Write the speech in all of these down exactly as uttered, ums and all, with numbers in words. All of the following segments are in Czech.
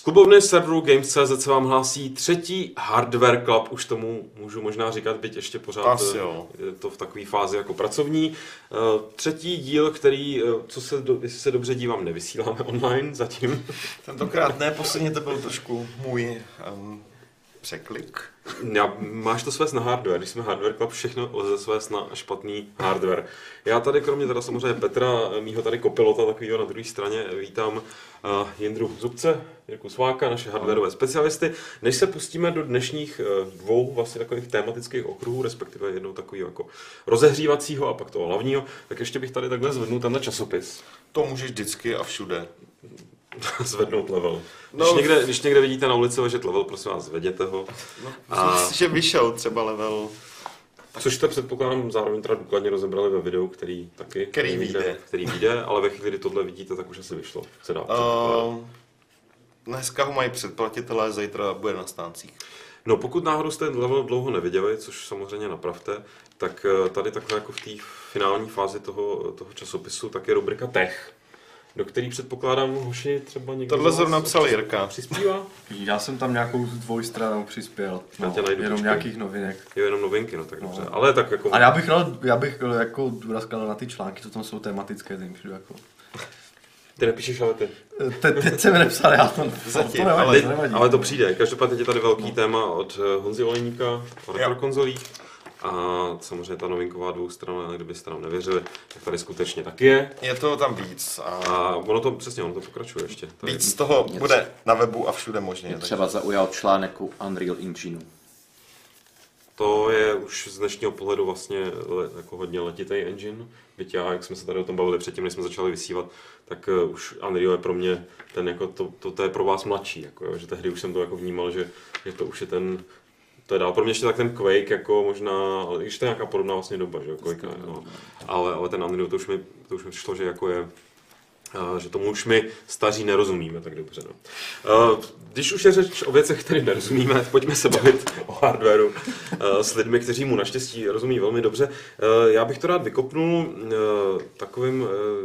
klubovny serveru Games tečka cé zet se vám hlásí třetí Hardware Club, už tomu můžu možná říkat, byť ještě pořád je to v takové fázi jako pracovní. Třetí díl, který, co se, do, jestli se dobře dívám, nevysíláme online zatím. Tentokrát ne, posledně to byl trošku můj um, překlik. Já, máš to svést na hardware, když jsme Hardware Club, všechno lze svést na špatný hardware. Já tady kromě teda samozřejmě Petra, mýho tady kopilota, takovýho na druhé straně, vítám uh, Jindru Zubce, Jirku Sváka, naše hardwareové specialisty. Než se pustíme do dnešních uh, dvou vlastně takových tematických okruhů, respektive jednou takového jako rozehřívacího a pak toho hlavního, tak ještě bych tady takhle zvednul tenhle časopis. To můžeš vždycky a všude. Zvednout level. Když, no, někde, když někde vidíte na ulici ležet level, prosím vás, zvedněte ho. No, a... že vyšel třeba level. Což jste předpokládám zároveň teda důkladně rozebrali ve videu, který taky který vyjde. Který vyjde, ale ve chvíli, kdy tohle vidíte, tak už asi vyšlo. Se dá uh, dneska ho mají předplatitelé, zítra bude na stáncích. No pokud náhodou jste level dlouho neviděli, což samozřejmě napravte, tak tady takhle jako v té finální fázi toho, toho časopisu, tak je rubrika Tech, do který předpokládám, hoši, třeba někdo... Tohle zrovna napsal Jirka. Přispívá? Já jsem tam nějakou dvojstranou přispěl. No, jenom počkej. nějakých novinek. Jo, jenom novinky, no tak no. Dobře. Ale tak jako... A já bych, já bych jako důraz kladl na ty články, co tam jsou tematické, ty přijdu jako... Ty nepíšeš, ale ty. Te, teď jsem nepsal, já to, Zatím, to nevadí, ale, to nevadí. Ale to přijde. Každopádně je tady velký no. téma od Honzy Olejníka o retrokonzolích. A samozřejmě ta novinková dvoustrana, kdybyste nám nevěřili, tak tady skutečně taky je. Je to tam víc. A, a ono to přesně, ono to pokračuje ještě. Tady víc z toho něco bude na webu a všude možně. Mě třeba zaujal článek u Unreal Engineu. To je už z dnešního pohledu vlastně jako hodně letitý engine. Byť já, jak jsme se tady o tom bavili předtím, než jsme začali vysílat, tak už Unreal je pro mě ten jako, to, to, to je pro vás mladší. Jako, jo, že tehdy už jsem to jako vnímal, že, že to už je ten, to je dál. Pro mě ještě tak ten Quake, jako možná, ale když to je nějaká podobná vlastně doba, že jo, Quake, no. ale, ale ten Unreal, to už mi, to už mi přišlo, že jako je, že tomu už my staří nerozumíme tak dobře. No. Když už je řeč o věcech, které nerozumíme, pojďme se bavit o hardwareu s lidmi, kteří mu naštěstí rozumí velmi dobře. Já bych to rád vykopnul takovým,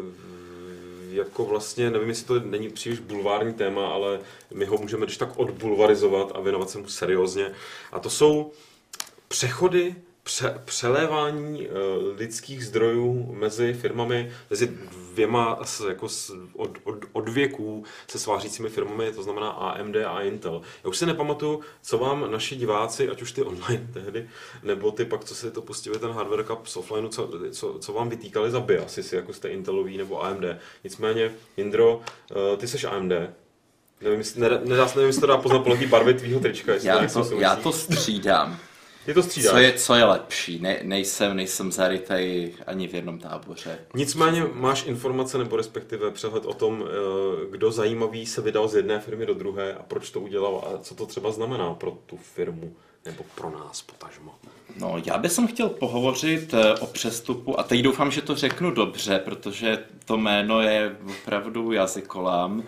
jako vlastně, nevím, jestli to není příliš bulvární téma, ale my ho můžeme když tak odbulvarizovat a věnovat se mu seriózně. A to jsou přechody, Pře- přelévání uh, lidských zdrojů mezi firmami, mezi dvěma jako s, od, od, od věků se svářícími firmami, to znamená A M D a Intel. Já už si nepamatuju, co vám naši diváci, ať už ty online tehdy, nebo ty pak, co si to pustili, ten Hardware Cup z offlineu, co, co, co vám vytýkali za BIOS, jestli jako jste Intelový nebo A M D. Nicméně, Jindro, uh, ty seš A M D. Nevím, jestli, nedá, nedá, nevím, jestli to dá poznat podle té barvy tvýho trička. Já to, já to střídám. Ty to střídáš. Co je, co je lepší? Ne, nejsem, nejsem zarytej ani v jednom táboře. Nicméně máš informace nebo respektive přehled o tom, kdo zajímavý se vydal z jedné firmy do druhé a proč to udělal a co to třeba znamená pro tu firmu nebo pro nás potažmo. No, já bych chtěl pohovořit o přestupu a teď doufám, že to řeknu dobře, protože to jméno je opravdu jazykolám.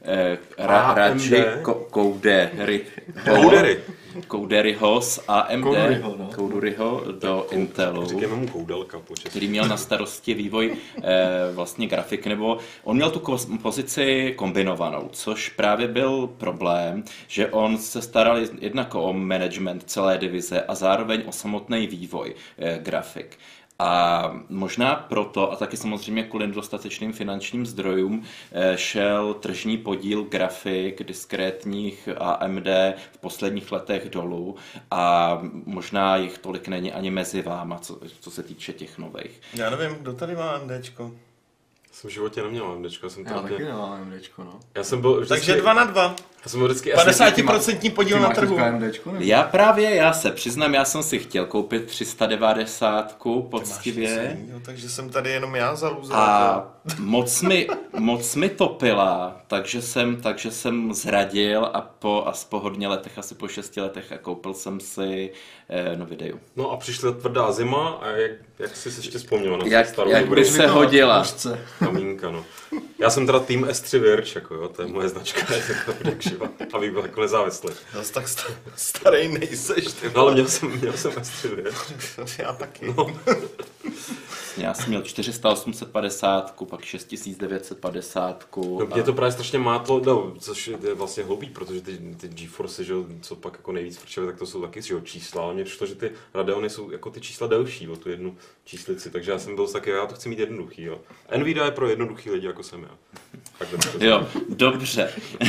Ra, radši Koudery. Koudery. Kouderyho z A M D, no. Kouderyho do Kou, Intelu, říkáme mu Koudelka, který měl na starosti vývoj eh, vlastně grafik, nebo on měl tu pozici kombinovanou, což právě byl problém, že on se staral jednak o management celé divize a zároveň o samotný vývoj eh, grafik. A možná proto, a taky samozřejmě kvůli nedostatečným finančním zdrojům, šel tržní podíl grafik diskrétních A M D v posledních letech dolů a možná jich tolik není ani mezi váma, co, co se týče těch nových. Já nevím, kdo tady má AMDčko? Jsem v životě neměl AMDčko, já jsem Já taky nemám AMDčko, no. Já jsem byl vždycky... Takže dva na dva. Já jsem byl vždycky... padesát procent podíl na trhu. Já právě, já se přiznám, já jsem si chtěl koupit tři sta devadesát poctivě. Jo, takže jsem tady jenom já za loser. A moc mi, moc mi topila, takže jsem, takže jsem zradil a po, a po hodně letech, asi po šesti letech, a koupil jsem si eh, no videu. No a přišla tvrdá zima a jak, jak jsi se ještě vzpomněl na jak, starou jak by se hodila. Kamínka, no. Já jsem teda tým S tři Virch, jako jo, to je moje značka, je tak živa, abych byl jako nezávislý. Zase tak starý nejseš, ty. No ale měl jsem, měl jsem S tři Virch. Já taky. No. vlastně. Já jsem měl čtyři sta osm set padesát, pak šest tisíc devět set padesát. No, mě to právě strašně mátlo, no, což je vlastně hloupý, protože ty, ty GeForce, že, co pak jako nejvíc frčely, tak to jsou taky že, čísla, ale mě přišlo, že ty Radeony jsou jako ty čísla delší o tu jednu číslici, takže já jsem byl taky, já to chci mít jednoduchý, jo. Nvidia je pro jednoduchý lidi, jako jsem já. Jo, dobře.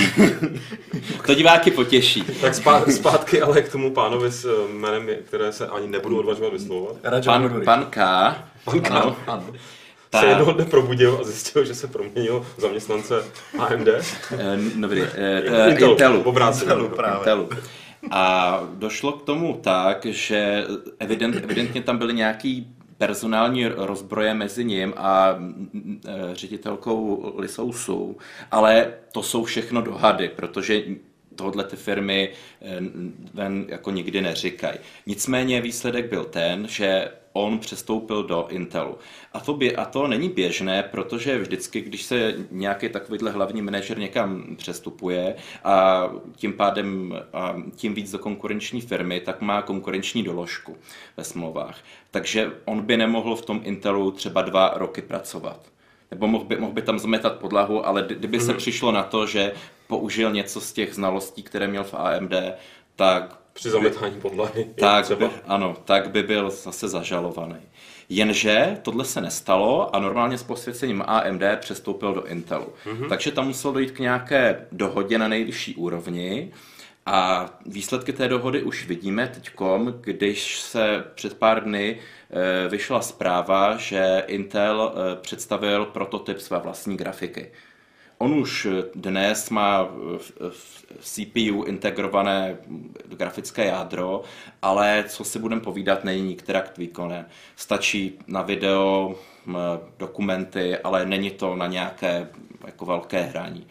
To diváky potěší. Tak zpátky ale k tomu pánovi s jménem, které se ani nebudu odvažovat vyslovovat. Pan, pan K. Pan K. Ano, ano. Ta... se jednoho dne probudil a zjistil, že se proměnil v zaměstnance A M D. No, uh, Intelu. Intelu. Intelu, Intelu. A došlo k tomu tak, že evident, evidentně tam byly nějaký personální rozbroje mezi ním a ředitelkou Lisou Su, ale to jsou všechno dohady, protože tohle ty firmy ven jako nikdy neříkají. Nicméně výsledek byl ten, že on přestoupil do Intelu. A to, bě, a to není běžné, protože vždycky, když se nějaký takovýhle hlavní manažer někam přestupuje a tím pádem a tím víc do konkurenční firmy, tak má konkurenční doložku ve smlouvách. Takže on by nemohl v tom Intelu třeba dva roky pracovat. Nebo mohl by, mohl by tam zametat podlahu, ale kdyby se přišlo na to, že použil něco z těch znalostí, které měl v A M D, tak při zametání podlahy. Tak by, ano, tak by byl zase zažalovaný. Jenže tohle se nestalo a normálně s posvěcením A M D přestoupil do Intelu. Mm-hmm. Takže tam muselo dojít k nějaké dohodě na nejvyšší úrovni a výsledky té dohody už vidíme teďkom, když se před pár dny e, vyšla zpráva, že Intel e, představil prototyp své vlastní grafiky. On už dnes má v C P U integrované grafické jádro, ale co si budeme povídat, není nikterak výkonné. Stačí na video, dokumenty, ale není to na nějaké jako velké hraní.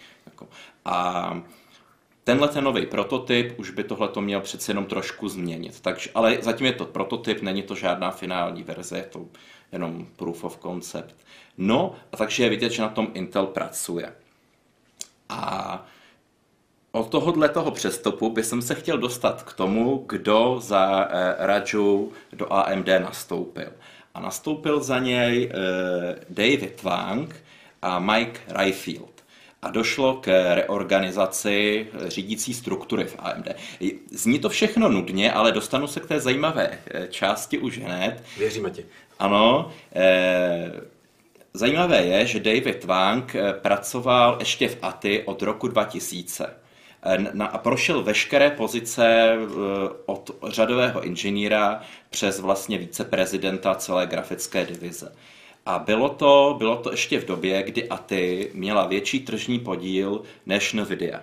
A tenhle ten nový prototyp už by tohleto měl přece jenom trošku změnit. Takže, ale zatím je to prototyp, není to žádná finální verze, je to jenom proof of concept. No, a takže je vidět, že na tom Intel pracuje. A od tohohle toho přestupu bych se chtěl dostat k tomu, kdo za eh, Raju do A M D nastoupil. A nastoupil za něj eh, David Wang a Mike Rayfield. A došlo k reorganizaci řídící struktury v A M D. Zní to všechno nudně, ale dostanu se k té zajímavé části už hned. Věříme ti. Ano. Eh, Zajímavé je, že David Wang pracoval ještě v A T I od roku dva tisíce a prošel veškeré pozice od řadového inženýra přes vlastně viceprezidenta celé grafické divize. A bylo to, bylo to ještě v době, kdy A T I měla větší tržní podíl než Nvidia.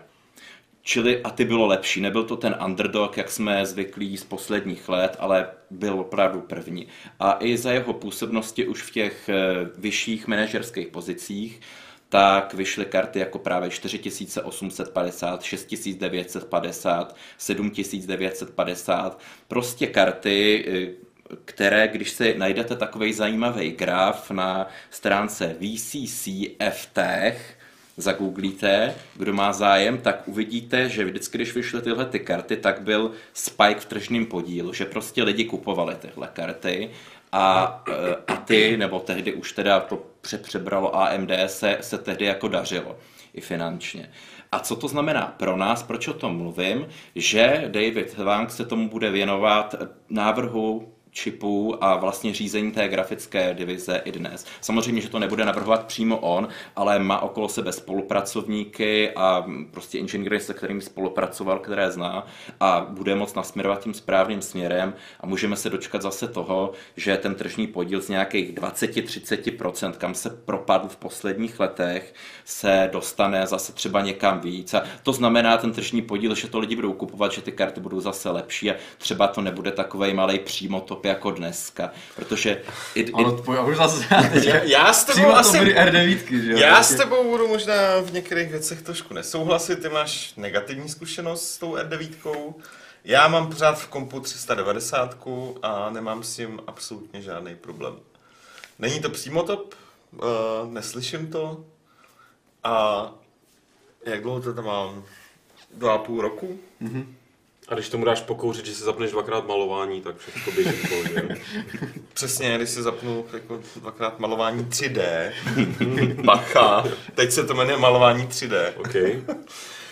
Čili A T I bylo lepší, nebyl to ten underdog, jak jsme zvyklí z posledních let, ale byl opravdu první. A i za jeho působnosti už v těch vyšších manažerských pozicích, tak vyšly karty jako právě čtyři tisíce osm set padesát, šest tisíc devět set padesát, sedm tisíc devět set padesát, prostě karty, které, když si najdete takovej zajímavý graf na stránce V C C F Tech, zagooglíte, kdo má zájem, tak uvidíte, že vždycky, když vyšly tyhle ty karty, tak byl spike v tržním podílu, že prostě lidi kupovali tyhle karty a, a ty, nebo tehdy už teda to přebralo A M D, se, se tehdy jako dařilo i finančně. A co to znamená pro nás, proč o tom mluvím, že David Wang se tomu bude věnovat návrhu čipů a vlastně řízení té grafické divize i dnes. Samozřejmě, že to nebude navrhovat přímo on, ale má okolo sebe spolupracovníky a prostě inženýry, se kterými spolupracoval, které zná a bude moct nasměrovat tím správným směrem a můžeme se dočkat zase toho, že ten tržní podíl z nějakých dvacet až třicet procent, kam se propadl v posledních letech, se dostane zase třeba někam víc. A to znamená ten tržní podíl, že to lidi budou kupovat, že ty karty budou zase lepší a třeba to nebude takovej malej přímotop jako dneska, protože... It, it... Ano, to už zase... já, já s tebou asi... R devět, že jo? Já s tebou budu možná v některých věcech trošku nesouhlasit, ty máš negativní zkušenost s tou R devět. Já mám pořád v kompu tři sta devadesát a nemám s tím absolutně žádný problém. Není to přímotop, uh, neslyším to a jak dlouho to tam mám? Dva a půl roku? Mm-hmm. A když tomu dáš pokouřit, že si zapneš dvakrát malování, tak všechno běží v pohodě. Přesně, když si zapnu jako dvakrát malování tři dé, bacha, teď se to jmenuje malování tři dé. Okay. Uh,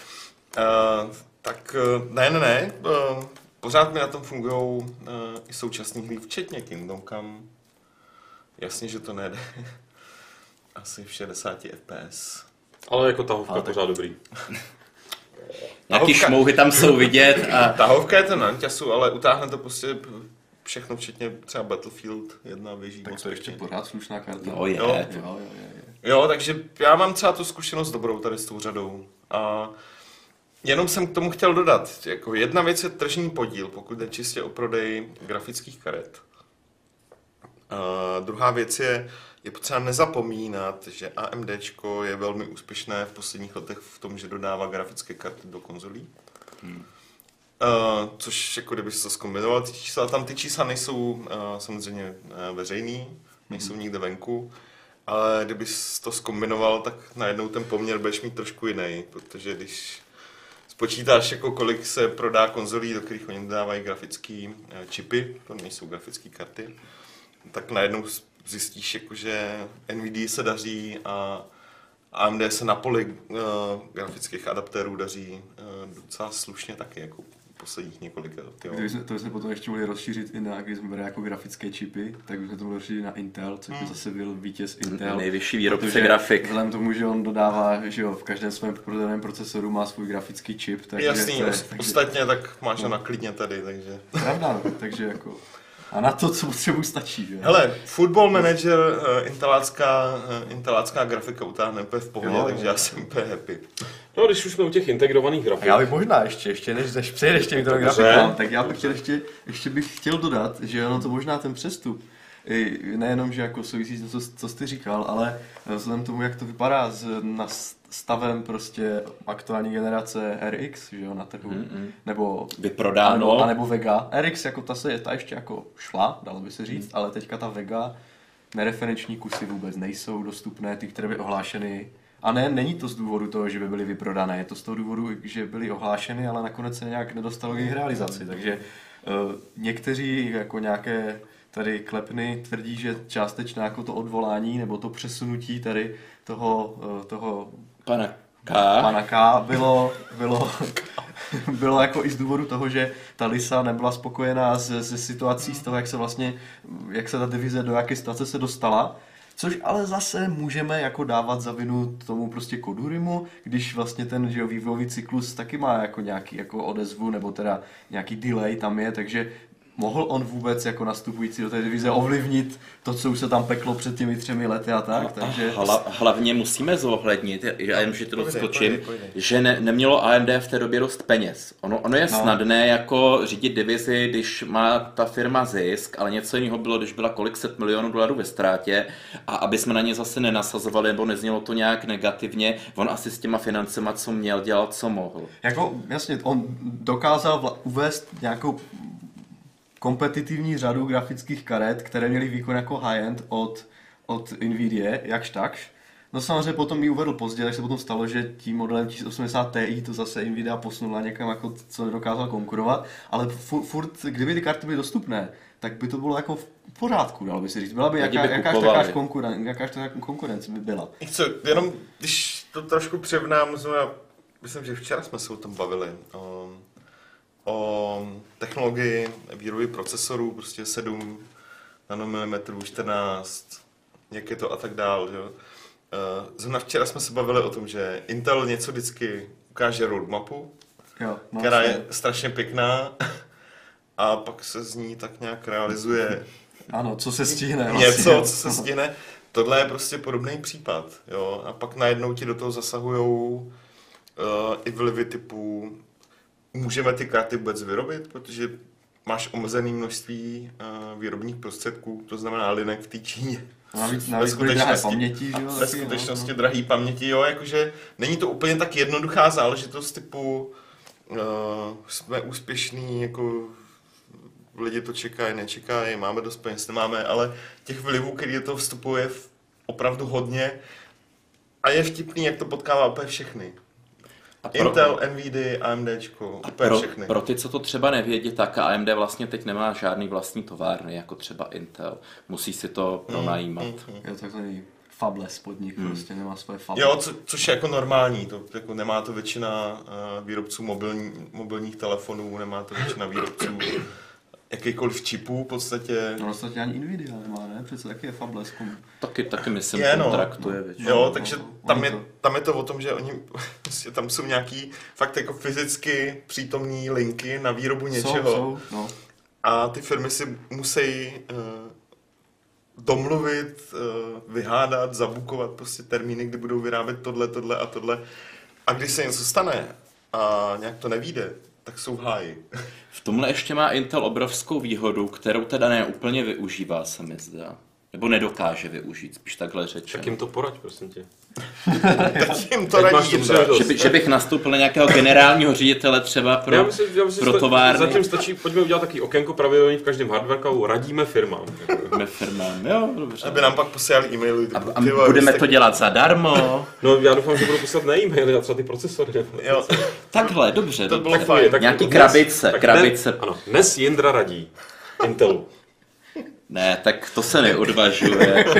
tak uh, ne, ne, ne, uh, pořád mi na tom fungují uh, i současný hry, včetně Kingdom Come. Jasně, že to nejde asi v šedesáti F P S. Ale jako tahovka Ale pořád dobrý. Nějaký Tahovka- šmouhy tam jsou vidět a Tahovka je to na času, ale utáhne to prostě všechno, včetně třeba Battlefield jedna běží Tak moc to ještě pěkně. pořád slušná karta. no je. Jo. Jo, jo, jo, jo. Jo, takže já mám třeba tu zkušenost dobrou tady s tou řadou. A jenom jsem k tomu chtěl dodat, jako jedna věc je tržní podíl, pokud jde čistě o prodej grafických karet. A druhá věc je, je potřeba nezapomínat, že AMDčko je velmi úspěšné v posledních letech v tom, že dodává grafické karty do konzolí. Hmm. Uh, což jako kdyby se to zkombinoval, ty čísla, tam ty čísla nejsou uh, samozřejmě uh, veřejný, nejsou hmm. nikde venku, ale kdyby to zkombinoval, tak najednou ten poměr budeš mít trošku jiný, protože když spočítáš, jako kolik se prodá konzolí, do kterých oni dávají grafické uh, čipy, to nejsou grafické karty, tak najednou zjistíš, jako, že Nvidia se daří a A M D se na poli uh, grafických adaptérů daří uh, docela slušně taky, jako posledních několik let. Jo. Kdyby jsme, to jsme potom ještě mohli rozšířit i na, když jsme brali jako grafické čipy, tak bychom to mohli rozšířit na Intel, což by Hmm. zase byl vítěz Intel. Nejvyšší výrobce Protože grafik. Vzhledem tomu, že on dodává, že jo, v každém svém prodaném procesoru má svůj grafický čip, takže Jasný, to je, os- takže, ostatně tak máš ho No. na klidně tady, takže... pravda, no, takže jako, a na to, co potřebuji, stačí, že? Hele, Football Manager, uh, intelácká, uh, intelácká grafika utáhne úplně v pohodě, Jo, jo. takže já jsem úplně happy. No, když už jsme u těch integrovaných A grafik. já bych možná ještě, ještě než, než přejdeš těmi Dobře. grafikám, tak já bych chtěl ještě, ještě bych chtěl dodat, že ono to možná ten přestup, i nejenom, že jako souvisí s tím, co, co jsi říkal, ale vzhledem tomu, jak to vypadá s na stavem prostě aktuální generace R X, že jo, na trhu, Mm-mm. nebo Vyprodáno. A nebo Vega. R X jako ta se ta ještě jako šla, dalo by se říct, ale teďka ta Vega, nereferenční kusy vůbec nejsou dostupné, ty, které byly ohlášeny. A ne, není to z důvodu toho, že by byly vyprodané, je to z toho důvodu, že byly ohlášeny, ale nakonec se nějak nedostalo k jejich realizaci. Takže uh, někteří jako nějaké tady klepny tvrdí, že částečně jako to odvolání nebo to přesunutí tady toho, uh, toho Pana K. pana K bylo, bylo, bylo jako i z důvodu toho, že ta Lisa nebyla spokojená se, se situací z toho, jak se vlastně, jak se ta divize do jaké situace se dostala. Což ale zase můžeme jako dávat za vinu tomu prostě Kodurimu, když vlastně ten že jo, vývojový cyklus taky má jako nějaký jako odezvu, nebo teda nějaký delay tam je, takže mohl on vůbec jako nastupující do té divize ovlivnit to, co už se tam peklo před těmi třemi lety a tak, takže... Hla, hlavně musíme zohlednit, já jen, že to Povídej, doskočím, povídej, povídej. že ne, nemělo A M D v té době dost peněz. Ono, ono je No. snadné jako řídit divizi, když má ta firma zisk, ale něco jiného bylo, když byla kolik set milionů dolarů ve ztrátě a aby jsme na ně zase nenasazovali nebo neznělo to nějak negativně, on asi s těma financema, co měl, dělal, co mohl. Jako, jasně, on dokázal vla- uvést nějakou kompetitivní řadu grafických karet, které měly výkon jako high-end od, od Nvidia, jakž takž. No samozřejmě potom ji uvedl později, takže se potom stalo, že tím modelem tisíc osmdesát Ti to zase Nvidia posunula někam, jako, co nedokázal konkurovat, ale furt, furt, kdyby ty karty byly dostupné, tak by to bylo jako v pořádku, dalo by si říct. Byla by Lidi jaká, by jakáž, kupovali. takáž konkuren, jakáž taká konkurence by byla. Víš co, jenom když to trošku převnám, znamená, myslím, že včera jsme se o tom bavili, o, o technologii výroby procesorů, prostě sedm nanomilimetrů, čtrnáct, jak je to a tak dál, že jo. Uh, Zrovna včera jsme se bavili o tom, že Intel něco vždycky ukáže roadmapu, Jo, no, která jasně. je strašně pěkná a pak se z ní tak nějak realizuje Ano, co se stihne. Vlastně. něco, co se stihne. Tohle je prostě podobný případ, jo. A pak najednou ti do toho zasahujou uh, i vlivy typu můžeme ty karty vůbec vyrobit, protože máš omezené množství uh, výrobních prostředků, to znamená linek v té Číně. Navíc, navíc byly drahé paměti, že jo? Ve taky, skutečnosti no, no. drahý paměti, jo, jakože není to úplně tak jednoduchá záležitost typu uh, jsme úspěšní, jako lidi to čekají, nečekají, máme dost peněz, nemáme, ale těch vlivů, který do toho vstupuje opravdu hodně a je vtipný, jak to potkává úplně všechny. A pro, Intel, Nvidia, AMDčko, a úplně pro, všechny. pro ty, co to třeba nevědí, tak A M D vlastně teď nemá žádný vlastní továrny, jako třeba Intel. Musí si to pronajímat. Mm, mm, Je to takzvaný fabless podnik, hmm. prostě nemá svoje fable. Jo, co, což je jako normální, to, jako nemá to většina uh, výrobců mobilní, mobilních telefonů, nemá to většina výrobců jakýkoliv čipů v podstatě. No vlastně ani Nvidia nemá, ne? Přece taky je fabless. Taky, taky myslím, Je, no. kontraktuje většinou. Jo, no, takže no, tam oni je, to- tam je to o tom, že oni prostě tam jsou nějaký fakt jako fyzicky přítomní linky na výrobu něčeho. Jsou, jsou, no. A ty firmy si musí uh, domluvit, uh, vyhádat, zabukovat prostě termíny, kdy budou vyrábět tohle, tohle a tohle. A když se něco stane a nějak to nevíde, tak jsou v háji. V tomhle ještě má Intel obrovskou výhodu, kterou teda ne úplně využívá, se mi zdá. Nebo nedokáže využít, spíš takhle řečeno. Tak jim to poraď, prosím tě. Teď jim to Teď máš radí tu Jindra. příležitost. Že, by, že bych nastoupil na nějakého generálního ředitele třeba pro, Já myslím, já myslím, pro že továrny. zatím stačí, pojďme udělat takový okénko pravidelný v každém hardwareu, radíme firmám. Jako. Me firmám. Jo, dobře. Aby nám pak posílali e-maily. A, a budeme to dělat zadarmo. No já doufám, že budu poslat na e-maily a třeba ty procesory. Nebo... Jo, Takhle, dobře. to dobře. bylo fajn. Tak Nějaký dnes- krabice, tak krabice. Dnes, ano, dnes Jindra radí Intelu. Ne, tak to se neodvažuje. Jako.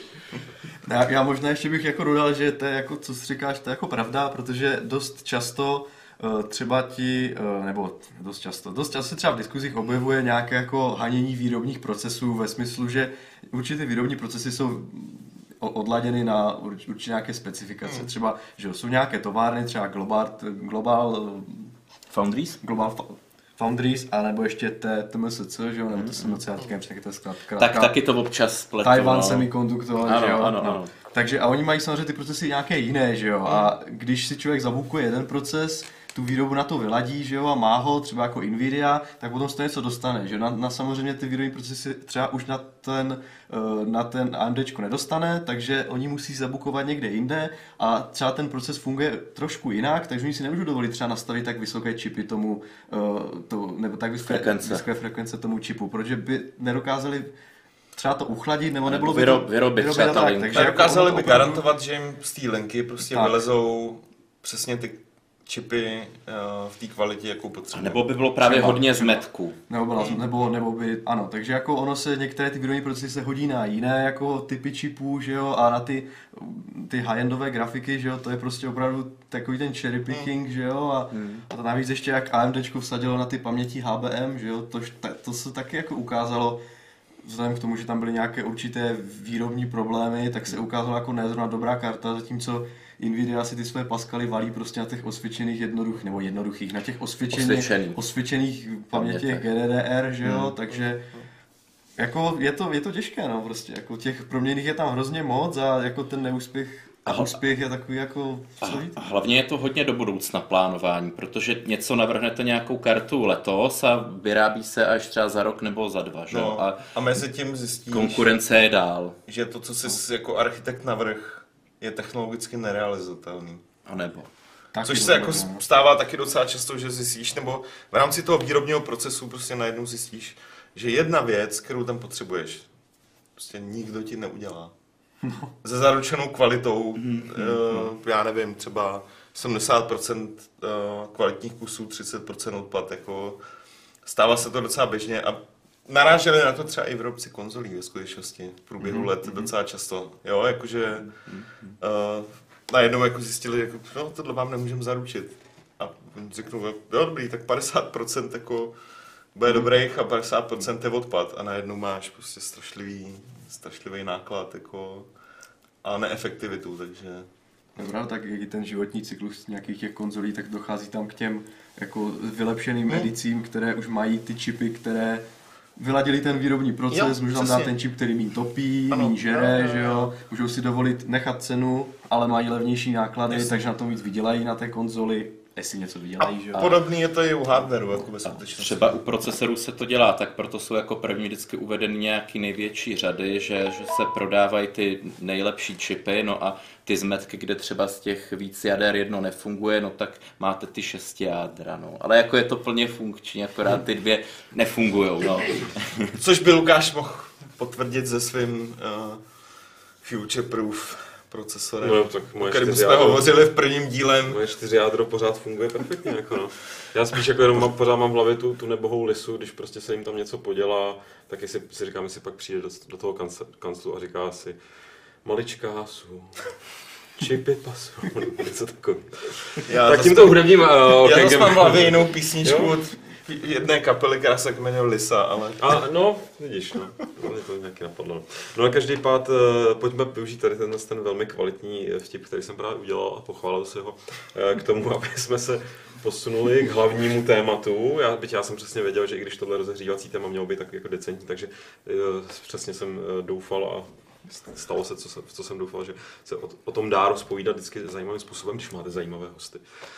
Já, já možná ještě bych jako dodal, že to je jako, co jsi říkáš, to je jako pravda, protože dost často uh, třeba ti, uh, nebo dost často, dost často se třeba v diskuzích objevuje nějaké jako hanění výrobních procesů ve smyslu, že určité výrobní procesy jsou o- odladěny na urč, určitě nějaké specifikace. Hmm. Třeba, že jo, jsou nějaké továrny, třeba Global, Global, Foundries? Global Fa- Foundries, anebo ještě T- T M S C, že jo, nebo to jsem docela říkám, že to je zkrátka. Tak taky to občas pletu. Taiwan no. Semiconductor, Ano, že jo? ano, no. ano. Takže a oni mají samozřejmě ty procesy nějaké jiné, že jo? A když si člověk zabukuje jeden proces, tu výrobu na to vyladí, že jo, a má ho, třeba jako Nvidia, tak potom se to něco dostane, že jo? Na, na samozřejmě ty výrobní procesy třeba už na ten, eh, na ten AMDčko nedostane, takže oni musí zabukovat někde jinde a třeba ten proces funguje trošku jinak, takže oni si nemůžou dovolit třeba nastavit tak vysoké čipy tomu, eh, to, nebo tak vysoké Frekvence. vysoké frekvence tomu čipu, protože by nedokázali třeba to uchladit, nebo nebylo by Vyro- to vyrobit třeba a ta tak, linka. takže jako Nedokázali ono by opravdu- garantovat, že jim z té linky prostě Tak. vylezou přesně ty čipy uh, v té kvalitě, jakou potřebují. Nebo by bylo právě Třeba, hodně třeba. zmetku. Nebo, byla, nebo, nebo by, ano, takže jako ono se, některé ty výrobní procesy se hodí na jiné jako typy čipů, že jo, a na ty, ty high-endové grafiky, že jo, to je prostě opravdu takový ten cherry picking, že jo, a, a to navíc ještě jak AMDčko vsadilo na ty paměti H B M, že jo, to, to se taky jako ukázalo, vzhledem k tomu, že tam byly nějaké určité výrobní problémy, tak se ukázalo jako nezrovna dobrá karta, zatímco Nvidia si ty své Pascaly valí prostě na těch osvědčených jednoduchých, nebo jednoduchých, na těch osvědčených, Osvědčených. osvědčených pamětech Pamětech. G D D R, že jo, Hmm. takže jako je to, je to těžké, no, prostě, jako těch proměnných je tam hrozně moc a jako ten neúspěch, Aha. úspěch je takový jako A složitý. a hlavně je to hodně do budoucna plánování, protože něco navrhnete nějakou kartu letos a vyrábí se až třeba za rok nebo za dva, že? No, A a mezi tím zjistíš, konkurence je dál. že to, co jsi jako architekt navrh, je technologicky nerealizovatelný. A nebo. Taky Což se dobré, jako no. stává taky docela často, že zjistíš, nebo v rámci toho výrobního procesu prostě najednou zjistíš, že jedna věc, kterou tam potřebuješ, prostě nikdo ti neudělá. No. Se zaručenou kvalitou, Mhm, uh, já nevím, třeba sedmdesát procent uh, kvalitních kusů, třicet procent odpad, jako stává se to docela běžně a naráželi na to třeba i výrobci konzolí ve skutečnosti v průběhu Mhm, let docela často, jo, jakože uh, najednou jako zjistili, jako, no tohle vám nemůžeme zaručit a oni řeknou, jo dobrý, tak padesát procent jako bude dobrých a padesát procent je odpad a najednou máš prostě strašlivý, strašlivý náklad jako a neefektivitu, takže Dobrá, tak jak i ten životní cyklus nějakých těch konzolí, tak dochází tam k těm jako vylepšeným Hmm. edicím, které už mají ty čipy, které vyladili ten výrobní proces, Jo, můžou tam přesně. dát ten čip, který míň topí, Ano. míň žere, Jo, jo, že jo, jo. můžou si dovolit nechat cenu, ale mají levnější náklady, Jasně. takže na tom víc vydělají na té konzoli, jestli něco a vydělají, že jo. podobný je to i u hardwareu, jako ve A skutečnosti. třeba u procesorů se to dělá, tak proto jsou jako první vždycky uvedeny nějaký největší řady, že, že se prodávají ty nejlepší čipy, no a ty zmetky, kde třeba z těch víc jader jedno nefunguje, no tak máte ty šesti jádra, no. Ale jako je to plně funkční, akorát ty dvě nefungujou, no. Což by Lukáš mohl potvrdit se svým uh, future proof procesorem, No, tak o moje kterém čtyři jsme jádro- hovořili v prvním dílem. Moje čtyři jádro pořád funguje perfektně, jako no. Já spíš jako jenom mám, pořád mám v hlavě tu, tu nebohou lisu, když prostě se jim tam něco podělá, tak jestli si říkám, jestli pak přijde do, do toho kance, kanclu a říká si maličká su, čipy pasu, nebo něco takového. Já Tak zas- tímto hudebním uh, Já zase mám v hlavě jo? jinou písničku od jedné kapely, která se jmenuje Lisa, ale... A no, vidíš, no, mě to nějaký napadlo. No, no a každý pád, uh, pojďme využít tady ten, ten velmi kvalitní vtip, který jsem právě udělal a pochválil si ho uh, k tomu, aby jsme se posunuli k hlavnímu tématu. Já, byť já jsem přesně věděl, že i když tohle rozehřívací téma mělo být tak jako decentní, takže uh, přesně jsem uh, doufal a stalo se, co, se, co jsem doufal, že se o, o tom dá rozpovídat vždycky zajímavým způsobem, když máte zajímavé hosty.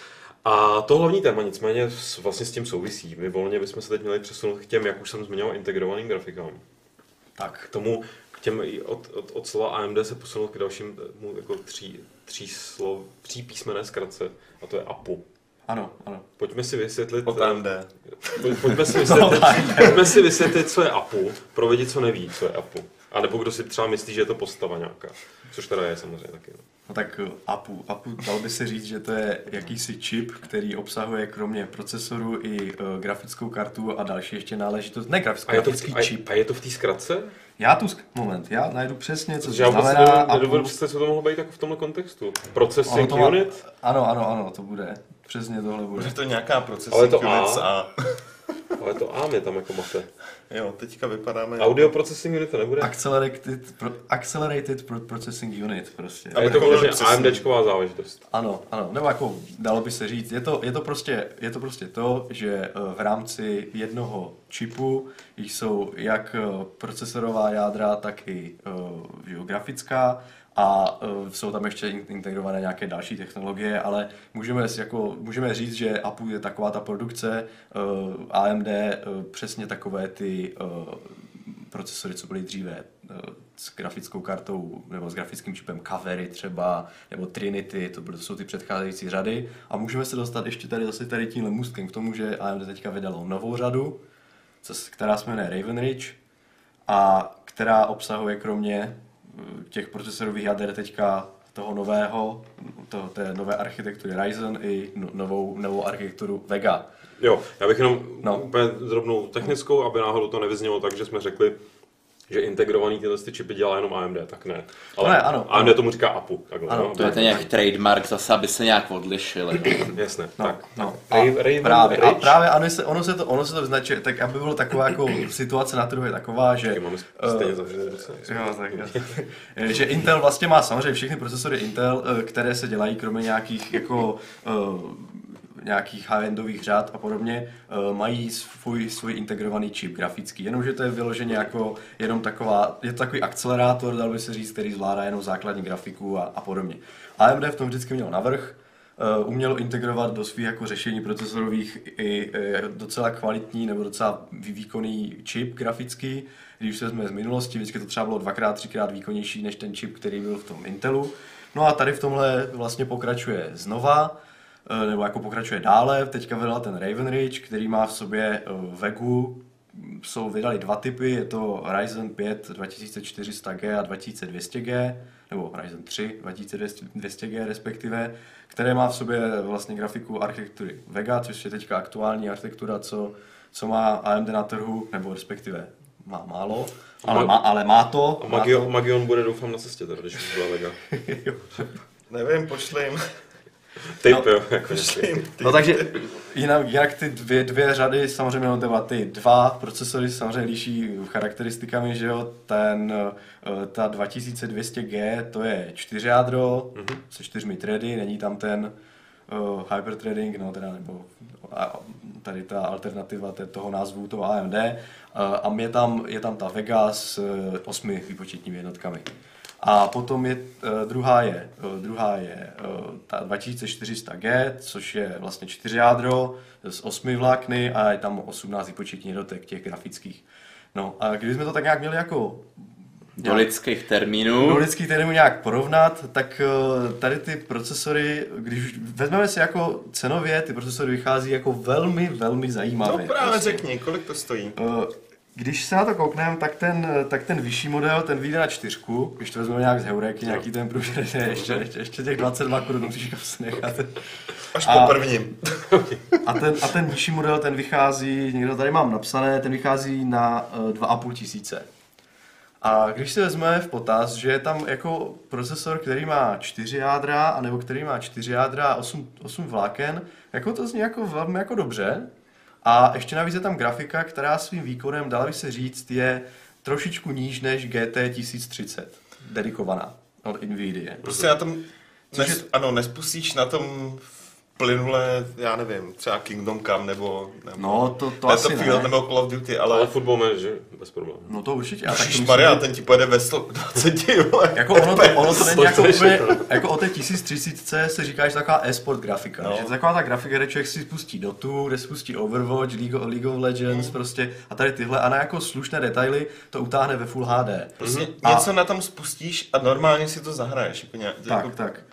A to hlavní téma nicméně vlastně s tím souvisí. My volně bychom se teď měli přesunout k těm, jak už jsem zmiňoval, integrovaným grafikám. Tak. K tomu, k těm od, od, od slova A M D se posunout k dalším jako tří, tří, slov, tří písmené zkratce, a to je A P U. Ano, ano. Pojďme si vysvětlit... Od A M D. Pojď, pojďme, si vysvětlit, pojďme si vysvětlit, co je A P U, pro lidi, co neví, co je A P U. A nebo kdo si třeba myslí, že je to postava nějaká, což teda je samozřejmě taky. No. No tak A P U. A P U dal by se říct, že to je jakýsi čip, který obsahuje kromě procesoru i uh, grafickou kartu a další ještě náležitost. Ne grafickou, A je to, grafický v, a, čip. a je to v té zkratce? Já tu, sk- moment, já najdu přesně, co Protože to já vůbec znamená. nedovedu- A P U. nedovedu představit, co to mohlo být jako v tomhle kontextu. Ono Processing to má- unit? Ano, ano, ano, to bude. Přesně tohle bude. Bude to nějaká Ale procesing to unit A. a... Ale to A mě tam jako máte. Jo, teďka vypadáme... Audio processing unit to nebude? Accelerated, pro, accelerated pro Processing Unit prostě. A je to Abychom byli vyloženě přesní. AMDčková záležitost. Ano, ano, nebo jako dalo by se říct, je to, je to, prostě, je to prostě to, že eh, v rámci jednoho čipu jsou jak eh, procesorová jádra, tak i eh, že jo, grafická a uh, jsou tam ještě in- integrované nějaké další technologie, ale můžeme, si jako, můžeme říct, že A P U je taková ta produkce, uh, A M D uh, přesně takové ty uh, procesory, co byly dříve uh, s grafickou kartou nebo s grafickým čipem Cavery třeba, nebo Trinity, to, byly, to jsou ty předcházející řady. A můžeme se dostat ještě tady zase tady tímhle můstkem k tomu, že A M D teďka vydalo novou řadu, co, která se jmenuje Raven Ridge a která obsahuje kromě těch procesorových jader teďka toho nového, to, té nové architektury Ryzen i no- novou, novou architekturu Vega. Jo, já bych jenom No. no. úplně drobnou technickou, aby náhodou to nevyznělo tak, že jsme řekli, že integrovaný tyhle ty čipy dělá jenom A M D, tak ne. Ale Ne, ano, A M D ano. tomu říká A P U. Takhle, Ano, no, To je ten nějaký trademark zase, aby se nějak odlišili. Jasně, No, tak. no. A A Raven právě, a Ridge? právě ono se, ono se to, ono se to vyznačuje, tak aby bylo taková jako situace na trhu je taková, že... Taky máme stejně zavřený ruce. Jo, tak jo. Že Intel vlastně má samozřejmě všechny procesory Intel, eh, které se dělají kromě nějakých jako eh, nějakých high-endových řád a podobně, eh, mají svůj, svůj integrovaný čip grafický, jenomže to je vyloženě jako jenom taková, je to takový akcelerátor, dal by se říct, který zvládá jenom základní grafiku a, a podobně. A M D v tom vždycky měl navrch, uh, umělo integrovat do svých jako řešení procesorových i uh, docela kvalitní nebo docela výkonný čip grafický. Když se jsme z minulosti, vždycky to třeba bylo dvakrát, třikrát výkonnější než ten čip, který byl v tom Intelu. No a tady v tomhle vlastně pokračuje znova, uh, nebo jako pokračuje dále. Teďka vydal ten Raven Ridge, který má v sobě uh, Vegu. Jsou vydali dva typy, je to Ryzen pět dva tisíce čtyři sta G a dva tisíce dvě stě G, nebo Ryzen tři dva tisíce dvě stě G respektive, které má v sobě vlastně grafiku architektury Vega, což je teďka aktuální architektura, co, co má A M D na trhu, nebo respektive má málo, ale má, ale má to. A má Magion, to. Magion bude doufám na cestě, teda, když už byla Vega. Nevím, pošli jim. Typ, No. jo, jako Pošli jim. No takže jinak, jinak ty dvě, dvě řady, samozřejmě no, teda ty dva procesory se samozřejmě liší charakteristikami, že jo, ten, eh, ta dva tisíce dvě stě G, to je čtyři jádro, mm-hmm. se čtyřmi thready, není tam ten uh, hyperthreading, no teda, nebo a, tady ta alternativa té, toho názvu, toho A M D, uh, a je tam, je tam ta Vega s uh, osmi výpočetními jednotkami. A potom je, uh, druhá je, uh, druhá je uh, ta dva tisíce čtyři sta G, což je vlastně čtyři jádro s osmi vlákny a je tam osmnáct výpočetních jednotek těch grafických. No a kdybychom to tak nějak měli jako Do lidských termínů. do lidských termínů nějak porovnat, tak uh, tady ty procesory, když vezmeme si jako cenově, ty procesory vychází jako velmi, velmi zajímavé. No právě prostě. řekni, kolik to stojí. Uh, Když se na to koukneme, tak ten, tak ten vyšší model, ten vyjde na čtyřku, když to vezmeme nějak z heuréky, nějaký ten průměr, ještě, ještě, ještě těch dvacet dva korun musíš kapse nechat. Až A- po prvním. A ten, a ten nižší model, ten vychází, někdo tady mám napsané, ten vychází na uh, dva a půl tisíce. A když si vezmeme v potaz, že je tam jako procesor, který má čtyři jádra, anebo který má čtyři jádra a osm, osm vláken, jako to zní jako velmi jako dobře. A ještě navíc je tam grafika, která svým výkonem, dala by se říct, je trošičku níž než G T tisíc třicet, dedikovaná od Nvidia. Prostě na tom, Což nes, je- ano, nespustíš na tom plynule, já nevím, třeba Kingdom Come nebo, nebo No, to, to asi Battlefield ne. nebo Call of Duty, Ale ale Football Manager, bez problémů. No to určitě. A tak to musí Maria, být- ten ti pojede ve sto dvacet, vole. Jako ono to, ono to není jako To je úplně, všechno. jako o té tisíc třicet se říká, že to je taková e-sport grafika, No. že to je taková ta grafika, kde člověk si spustí Dotu, kde si spustí Overwatch, League of, League of Legends, prostě a tady tyhle a na jako slušné detaily to utáhne ve Full H D. Prostě A- něco na tom spustíš a normálně si to zahraješ. Jako nějak, Tak, jako, tak.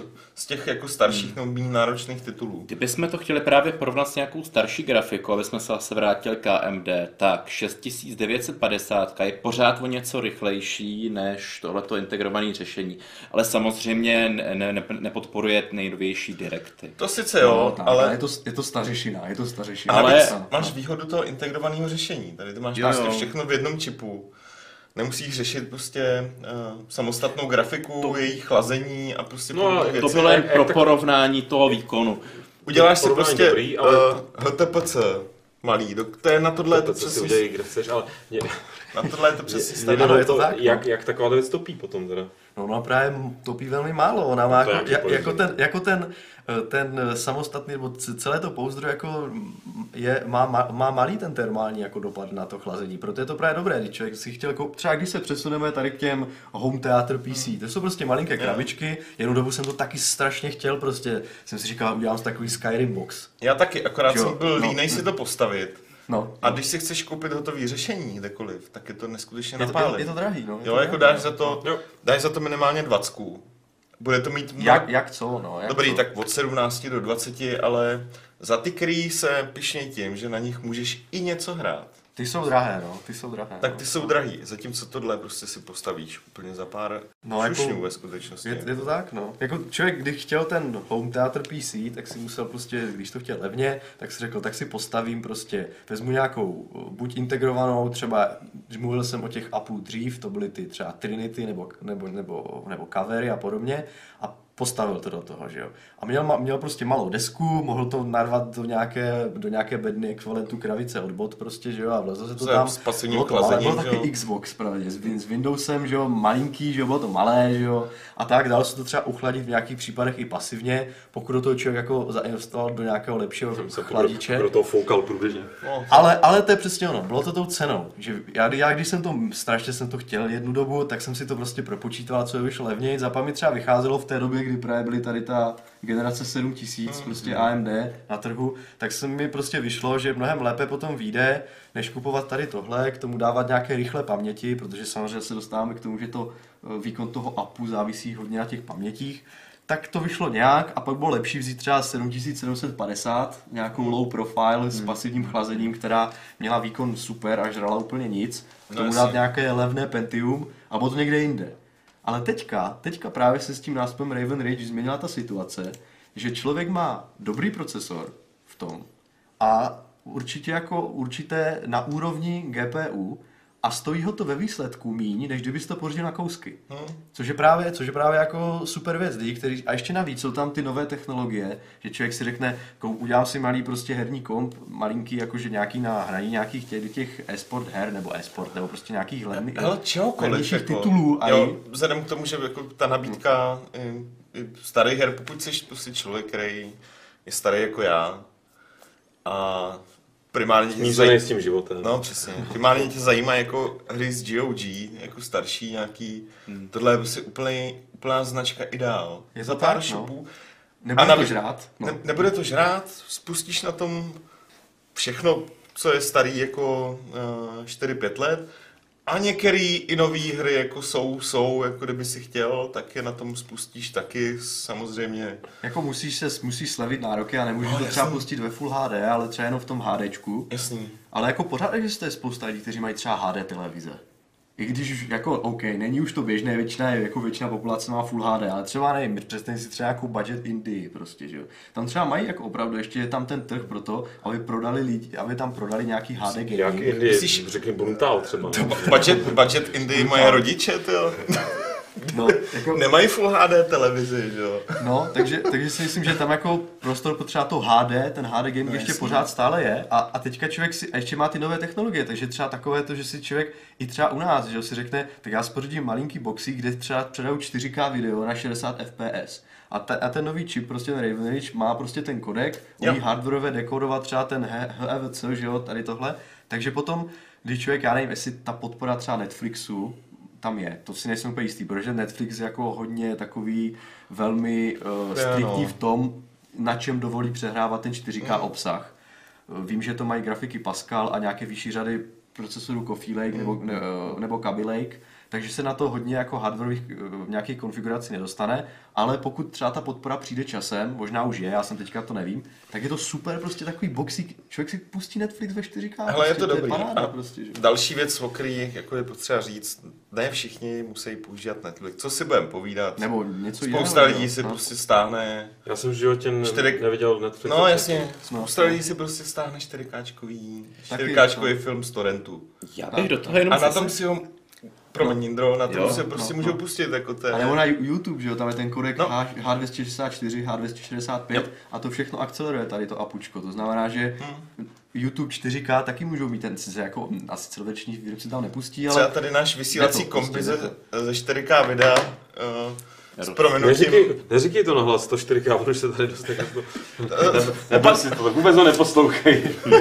z těch jako starších nebo méně náročných titulů. Kdybychom to chtěli právě porovnat s nějakou starší grafikou, aby jsme se zase vrátili k A M D, tak šest tisíc devět set padesát je pořád o něco rychlejší než tohleto integrované řešení. Ale samozřejmě ne, ne, nepodporuje nejnovější direkty. To sice jo, No, ale je to, je to stařešina, je to stařešina. A Ale- navíc No. máš výhodu toho integrovaného řešení. Tady to máš Jo, prostě jo. všechno v jednom čipu. Nemusíš řešit prostě uh, samostatnou grafiku, to... její chlazení a prostě No, podobné to věci. To bylo jen jak- pro jak tak- porovnání toho výkonu. Uděláš si porovnání prostě dobrý, ale uh, H T P C malý, do, to je na tohle je to To, co si přesně, udělají, kde chceš, ale mě, na tohle je to přesně mě, stavěné. mě Ano, je to to, tak, no. jak, jak taková věc topí potom teda. No, no právě topí velmi málo, ona má To je jako, nějaký ja- jako, podezření. ten, jako ten, ten samostatný, nebo c- celé to pouzdro jako je, má, má, má malý ten termální jako dopad na to chlazení, proto je to právě dobré, když člověk si chtěl, koup... třeba když se přesuneme tady k těm home theater P C, to jsou prostě malinké krabičky, jednu dobu jsem to taky strašně chtěl, prostě jsem si říkal, udělám si takový Skyrim box. Já taky, akorát Jo, jsem byl no. línej si to postavit. No, A když si chceš koupit hotový řešení kdekoliv, tak je to neskutečně je to, je, napálí. je to drahý, no. je Jo, to jako drahý. dáš za to, Jo. dáš za to minimálně dvacku. Bude to mít... Jak, jak co, no. Jak Dobrý, co? tak od sedmnácti do dvaceti, ale za ty, který se pišnějí tím, že na nich můžeš i něco hrát, Ty jsou drahé, no, ty jsou drahé. tak no. ty jsou drahý. Zatímco tohle prostě si postavíš úplně za pár No, no, jako- šušňů ve skutečnosti. Je, je to tak, no. Jako člověk, když chtěl ten home theater P C, tak si musel prostě, když to chtěl levně, tak si řekl, tak si postavím prostě, vezmu nějakou, buď integrovanou, třeba, když mluvil jsem o těch appů dřív, to byly ty třeba Trinity nebo, nebo, nebo, nebo Kavery a podobně, a postavil to do toho, že jo. A měl, ma- měl prostě malou desku, mohl to narvat do nějaké, do nějaké bedny ekvivalentu kravice od bot prostě, že jo, a vlezlo se to Se tam. s pasivním Bylo to malé, chlazením, bylo že taky jo. Xbox právě, s, Win- s Windowsem, že jo, malinký, že jo, bylo to malé, že jo, a tak, dalo se to třeba uchladit v nějakých případech i pasivně, pokud do toho člověk jako zainvestoval do nějakého lepšího Jsem chladiče. pro toho foukal průběžně. No, Ale, ale to je přesně ono, bylo to tou cenou, že já, já když jsem to, strašně jsem to chtěl jednu dobu, tak jsem si to prostě propočítal, co vyšlo levněji, za mi třeba vycházelo v té době, kdy právě byly tady ta generace sedm tisíc, prostě A M D na trhu, tak se mi prostě vyšlo, že mnohem lépe potom vyjde, než kupovat tady tohle, k tomu dávat nějaké rychlé paměti, protože samozřejmě se dostáváme k tomu, že to e, výkon toho appu závisí hodně na těch pamětích, tak to vyšlo nějak a pak bylo lepší vzít třeba sedm tisíc sedm set padesát, nějakou low profile s pasivním chlazením, která měla výkon super a žrala úplně nic, k No tomu jasně. dát nějaké levné Pentium a bylo to někde jinde. Ale teďka, teďka právě se s tím náspem Raven Ridge změnila ta situace, že člověk má dobrý procesor v tom a určitě jako určité na úrovni G P U a stojí ho to ve výsledku míň, než kdybys to pořídil na kousky. no. Což je právě, což je právě jako super věc, lidi, který, a ještě navíc jsou tam ty nové technologie, že člověk si řekne, kou, udělám si malý prostě herní komp, malinký, jakože nějaký na hraní nějakých těch, těch e-sport her, nebo e-sport, nebo prostě nějakých levných Hele, čehokoliv, levnějších jako, titulů. A jo, vzhledem k tomu, že jako ta nabídka i, i starých her, pokud jsi prostě člověk, který je starý jako já a primárně tě Smířený zajímá, s tím životem. no přesně, primárně tě zajímá jako hry z G O G, jako starší nějaký, hmm. tohle je prostě úplně, úplná značka ideál. Je to Za pár tak, no. shopů. Nebude A to navíc- žrát. No. Ne, nebude to žrát, spustíš na tom všechno, co je starý jako uh, čtyři pět let A některé i nové hry jako jsou, jsou, jako kdyby si chtěl, tak je na tom spustíš taky, samozřejmě. Jako musíš se musíš slevit nároky a nemůžeš No, to třeba jasný. pustit ve Full H D, ale třeba jenom v tom HDčku. Jasný. Ale jako pořád existuje spousta lidí, kteří mají třeba H D televize. I když už jako OK, není už to běžné, většina je, jako většina populace má Full H D, ale třeba nevím, představte si třeba jako budget Indii prostě, že jo. Tam třeba mají jako opravdu, ještě je tam ten trh pro to, aby prodali lidi, aby tam prodali nějaký H D Jak gaming. Indie, Myslíš- řekni Bruntál třeba. ne? Budget, budget Indie moje rodiče, tyjo. No, jako, Nemají Full H D televizi, že jo. no, takže, takže si myslím, že tam jako prostor pro třeba to H D, ten H D gaming No, ještě jasně. pořád stále je a, a teďka člověk si, a ještě má ty nové technologie, takže třeba takové to, že si člověk i třeba u nás, že jo, si řekne, tak já spořídím malinký boxy, kde třeba předají čtyři ká video na šedesát F P S. A, ta, a ten nový čip, prostě ten Raven Ridge, má prostě ten kodek, umí hardwareově dekodovat třeba ten H E V C, že jo, tady tohle. Takže potom, když člověk, já nevím, jestli ta podpora třeba Netflixu, tam je, to si nejsem úplně jistý, protože Netflix je jako hodně takový velmi uh, striktní no. v tom, na čem dovolí přehrávat ten čtyři ká obsah. Vím, že to mají grafiky Pascal a nějaké vyšší řady procesorů Coffee Lake nebo, ne, nebo Kaby Lake, takže se na to hodně jako hardwareových uh, nějakých konfigurací nedostane, ale pokud třeba ta podpora přijde časem, možná už je, já jsem teďka to nevím, tak je to super prostě takový boxík, člověk si pustí Netflix ve čtyři ká. Hele, je prostě, to dobrý. paráda A prostě, že? další věc, o který jako je potřeba říct, ne všichni musí používat Netflix. Co si budeme povídat? Nebo něco Spousta jiného, lidí jo. si No. prostě stáhne. Já jsem v životě ne, Čtyři- neviděl Netflix. No jasně, No. spousta lidí si prostě stáhne čtyřikáčkový, Taky, čtyřikáčkový no. film z torrentu. Já bych do toho jenom A na zase- tom si ho, promiň Jindro, na tom Jo, si ho prostě no, můžou no. pustit, jako to je- A nebo na YouTube, že jo, tam je ten kodek No. H dvě stě šedesát čtyři, H dvě stě šedesát pět Jo. a to všechno akceleruje tady to apučko. To znamená, že Hmm. YouTube čtyři ká taky můžou mít ten sice jako hm, asi celoveční výrobci tam nepustí, Třeba ale tady náš vysílací Jde to, kombi prostě ze, jde ze čtyři ká videa uh, s Neříkej- prominutím. Neříkej, neříkej to nahlas, sto čtyři ká, protože se tady dost jako... Nebyl si to, vůbec ho neposlouchej.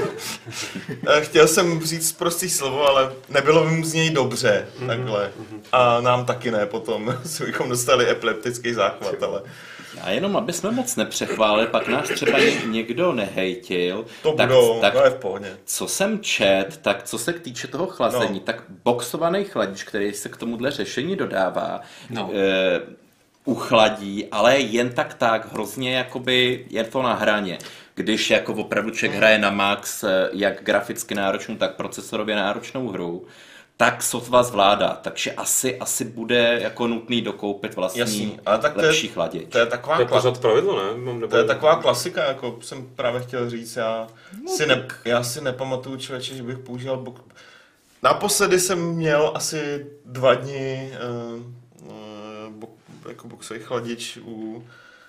Eh, Chtěl jsem říct prostý slovo, ale nebylo by mu z něj dobře, Mhm, takhle. A nám taky ne, potom si bychom dostali epileptický záchvat, ale A jenom, aby jsme moc nepřechválili, pak nás třeba ně- někdo nehejtil. to tak, budou, tak to je v pohodě. co jsem čet, tak co se týče toho chlazení, No. tak boxovaný chladič, který se k tomuhle řešení dodává, No. eh, uchladí, ale jen tak tak, hrozně jakoby je to na hraně. Když jako opravdu člověk hraje na max, eh, jak graficky náročnou, tak procesorově náročnou hru, tak sotva zvládá, takže asi, asi bude jako nutný dokoupit vlastní Jasný, ale tak to je- lepší chladič. To je taková To je kla- pořád pravidlo, ne? Mám, nebo... To je taková klasika, jako jsem právě chtěl říct, já, si, ne, já si nepamatuju člověče, že bych používal bok... Naposledy jsem měl asi dva dny uh, uh, bo, jako boxový chladič u uh,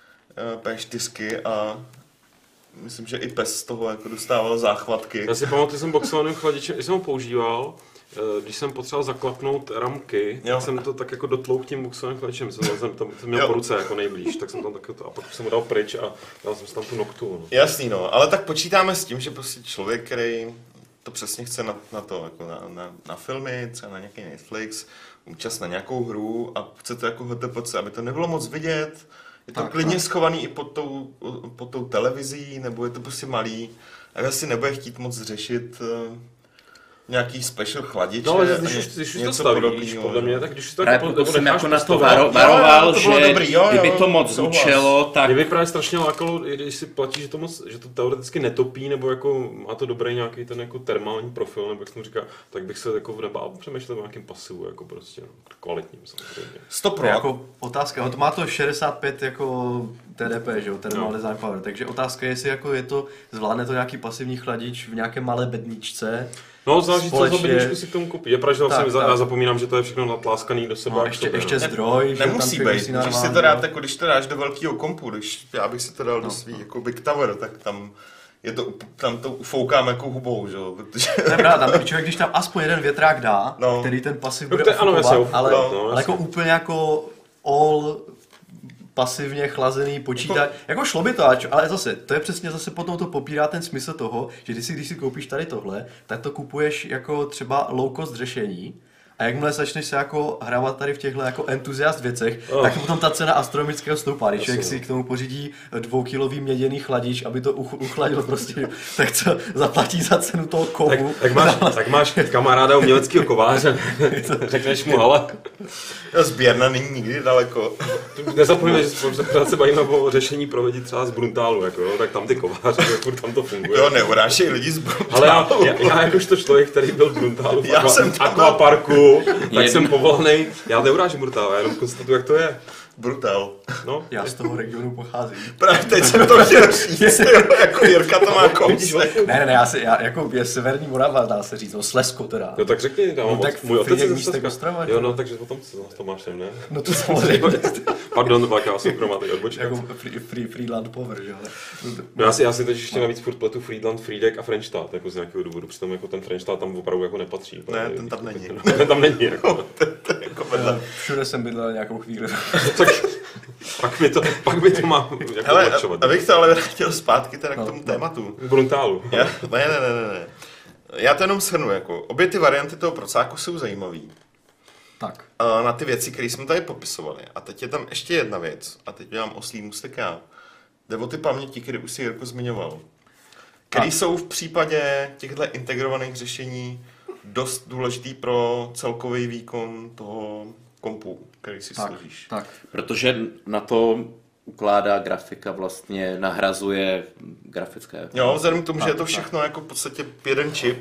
P čtyři a myslím, že i pes z toho jako dostával záchvatky. Já si pamatuju, že jsem boxovaným chladičem, když jsem ho používal, eh, když jsem potřeboval zaklapnout ramky, Jo. tak jsem to tak jako dotlouk tím boxovaným chladičem, jsem, jsem tam jsem měl Jo. po ruce jako nejblíž, tak jsem tam tak to, a pak jsem ho dal pryč a dal jsem si tam tu noktu. No. Jasný, no, ale tak počítáme s tím, že prostě člověk, který to přesně chce na, na to, jako na, na, na filmy, třeba na nějaký Netflix, účast na nějakou hru a chce to jako H T P C, aby to nebylo moc vidět, je to Tak, klidně tak. schovaný i pod tou, pod tou televizí, nebo je to prostě malý, a asi nebude chtít moc řešit uh, nějaký special chladiče. No ale a když ně- už, když už to něco stavíš, podobného, podle mě, no. tak když si to Právě jako, proto nebo jsem necháš jako na to postavit- varo, Jo, varoval, jo, to bylo že dobrý, jo, kdyby jo, to moc souhlas. zvučelo, tak Mě by právě strašně lákalo, i když si platí, že to, moc, že to teoreticky netopí, nebo jako má to dobrý nějaký ten jako termální profil, nebo jak jsem říká, tak bych se jako nebál přemýšlet o nějakém pasivu, jako prostě no, kvalitním samozřejmě. sto pro. jako otázka, no to má to šedesát pět jako T D P, že jo, Thermal No. Design Power, takže otázka je, jestli jako je to, zvládne to nějaký pasivní chladič v nějaké malé bedničce. No, záleží, co za Společně- bedničku si k tomu koupí. Je pravda, že Tak, vlastně za- tak. já zapomínám, že to je všechno natláskaný do sebe. No, jak ještě, sobě, ještě no. zdroj, že jo, tam Nemusí člověk být, musí když si normálně, to dáte, no. jako když to dáš do velkého kompu, když já bych si to dal do No, svý no. jako Big Tower, tak tam je to, tam to ufoukám jako hubou, že jo, protože... To je pravda, tam člověk, když tam aspoň jeden větrák dá, No. který ten pasiv No, bude to je- ano, ofukovat, jasně, ale, no, ale jasně. jako úplně jako all pasivně chlazený počítač, jako šlo by to, ač- ale zase, to je přesně zase potom to popírá ten smysl toho, že když si, když si koupíš tady tohle, tak to kupuješ jako třeba low cost řešení A jakmile začneš se jako hrávat tady v těchto jako entuziast věcech, Oh. tak potom ta cena astronomického stoupá. Když člověk Jasně, si k tomu pořídí dvoukilový měděný chladič, aby to uch- uchladil prostě, tak co zaplatí za cenu toho kovu. Tak, tak, máš, tak máš kamaráda uměleckého kováře, řekneš mu, ale Sběrna není nikdy daleko. nezapomeň, že se pořád se bavíme o řešení provedit třeba z Bruntálu, jako, jo, tak tam ty kováře, furt tam to funguje. Jo, neurážej lidi z Ale já, já, já jakožto člověk, který byl v Bruntálu, v Já aqua, jsem tam aquaparku, tak Jedn- jsem povolaný. Já neurážím Bruntálu, já jenom konstatuju, jak to je. Brutal. No, Já z toho regionu pocházím. Právě teď jsem to chtěl říct, jo, jako Jirka to má kousek. Ne, ne, ne, já, se, já jako je severní Morava, dá se říct, no Slezsko teda. no tak řekni, já mám No tak od- můj otec Frýdek je ze místek Slezska. Ostrava, Jo, že? no, takže potom se to máš sem, ne? No to samozřejmě. Pardon, pak já jsem chromatý odbočka. Jako free, free, Freeland Power, že ale... No já si, já si teď ještě navíc furt pletu Friedland, Friedek a Frenštát, jako z nějakého důvodu, přitom jako ten Frenštát tam opravdu jako nepatří. Ne, ten tam není. Ten tam není, jako. Jako vedle. Všude jsem bydlel nějakou chvíli. Tak pak mi to, pak mi to má jako Hele, odlačovat. abych to ale vrátil zpátky teda k No, tomu no. tématu. Bruntálu. Já, ne, ne, ne, ne, ne. Já to jenom shrnu, jako, obě ty varianty toho procáku jsou zajímavý. Tak. A na ty věci, které jsme tady popisovali. A teď je tam ještě jedna věc, a teď dělám oslý můstek já. Jde o ty paměti, které už si Jirko zmiňoval. Které Tak. jsou v případě těchto integrovaných řešení dost důležitý pro celkový výkon toho kompu, který si Tak, složíš. tak. Protože na to ukládá grafika, vlastně nahrazuje grafické. Jo, vzhledem k tomu, že Tak, je to tak. všechno jako v podstatě jeden čip,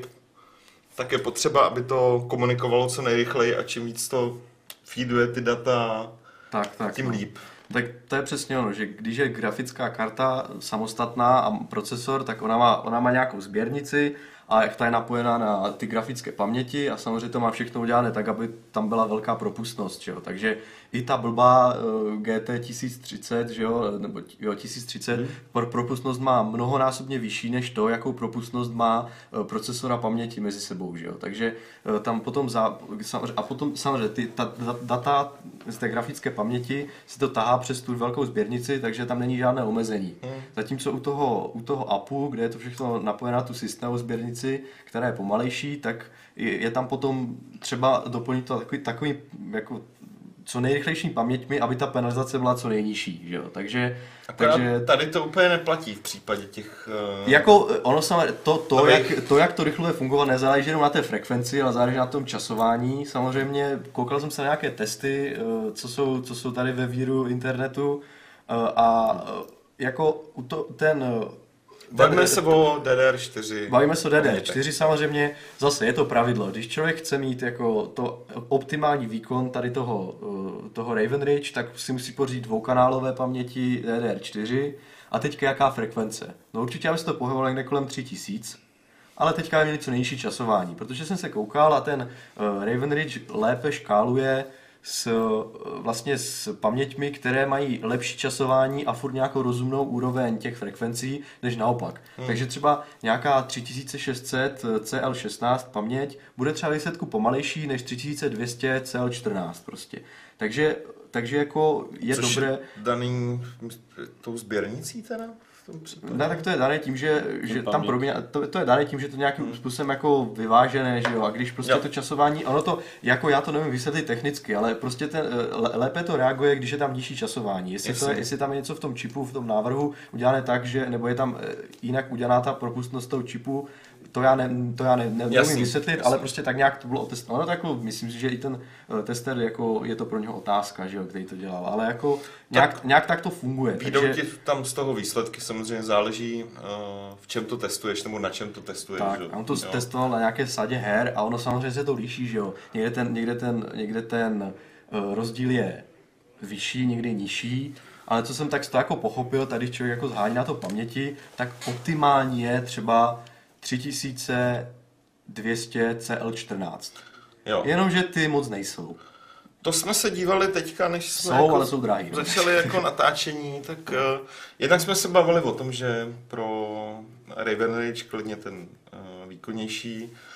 tak je potřeba, aby to komunikovalo co nejrychleji a čím víc to feeduje ty data, Tak, tak. tím no. líp. Tak to je přesně ono, že když je grafická karta samostatná a procesor, tak ona má, ona má nějakou sběrnici a jak ta je napojená na ty grafické paměti a samozřejmě to má všechno udělané tak, aby tam byla velká propustnost, že jo? Takže i ta blbá uh, G T tisíc třicet, že jo, nebo jo, tisíc třicet, hmm. pro propustnost má mnohonásobně vyšší než to, jakou propustnost má uh, procesor a paměti mezi sebou, že jo? Takže uh, tam potom za, a potom samozřejmě ty, ta, ta data z té grafické paměti si to tahá přes tu velkou sběrnici, takže tam není žádné omezení. Hmm. Zatímco u toho, u toho appu, kde je to všechno napojené na tu systémovou sběrnici, která je pomalejší, tak je, je tam potom třeba doplnit to takový, takový jako co nejrychlejší paměťmi, aby ta penalizace byla co nejnižší, že jo? Takže, Akorát takže tady to úplně neplatí v případě těch... Uh... jako ono samozřejmě, to, to, Nových. jak, to, jak to rychle fungovat, nezáleží jenom na té frekvenci, ale záleží na tom časování. Samozřejmě koukal jsem se na nějaké testy, eh, co jsou, co jsou tady ve víru internetu eh, a eh, jako u to, ten... eh, Bavíme se o D D R čtyři. Bavíme se o D D R čtyři samozřejmě, zase je to pravidlo. Když člověk chce mít jako to optimální výkon tady toho, eh, toho Raven Ridge, tak si musí pořídit dvoukanálové paměti D D R čtyři. A teďka jaká frekvence? No určitě aby se to pohybovalo někde kolem tři tisíce, ale teďka měli co nejnižší časování, protože jsem se koukal a ten uh, Raven Ridge lépe škáluje s, uh, vlastně s paměťmi, které mají lepší časování a furt nějakou rozumnou úroveň těch frekvencí, než naopak. Hmm. Takže třeba nějaká tři tisíce šest set C L šestnáct paměť bude třeba výsledku pomalejší než tři tisíce dvě stě C L čtrnáct prostě. Takže, takže jako je Což dobré... je daný tou sběrnicí teda? V tom případě? Ne, tak to je dané tím, že, že tam paměť. probíhá, to, to je dané tím, že to nějakým způsobem jako vyvážené, že jo, a když prostě Jo. to časování, ono to, jako já to nevím vysvětlit technicky, ale prostě ten, le- lépe to reaguje, když je tam nižší časování. Jestli, to je, Jasně. jestli tam je něco v tom čipu, v tom návrhu udělané tak, že, nebo je tam eh, jinak udělaná ta propustnost toho čipu, to já, ne, to já ne, ne, neumím Jasný, vysvětlit, jasný. ale prostě tak nějak to bylo otestováno. No, tak jako, myslím si, že i ten eh, tester, jako, je to pro něho otázka, že jo, který to dělal, ale jako nějak, nějak tak to funguje. Výjdou takže- ti tam z toho výsledky, samozřejmě záleží, uh, v čem to testuješ, nebo na čem to testuješ. Tak, že? a on to Jo. testoval na nějaké sadě her a ono samozřejmě se to liší, že jo. Někde ten, někde ten, někde ten uh, rozdíl je vyšší, někdy nižší, ale co jsem tak z toho jako pochopil, tady člověk jako zhání na to paměti, tak optimální je třeba tři tisíce dvě stě C L čtrnáct. Jo. Jenomže ty moc nejsou. To jsme se dívali teďka, než jsme Jsou, jako ale jsou drahý. No. začali jako natáčení, tak uh, jednak jsme se bavili o tom, že pro Raven Ridge klidně ten uh, výkonnější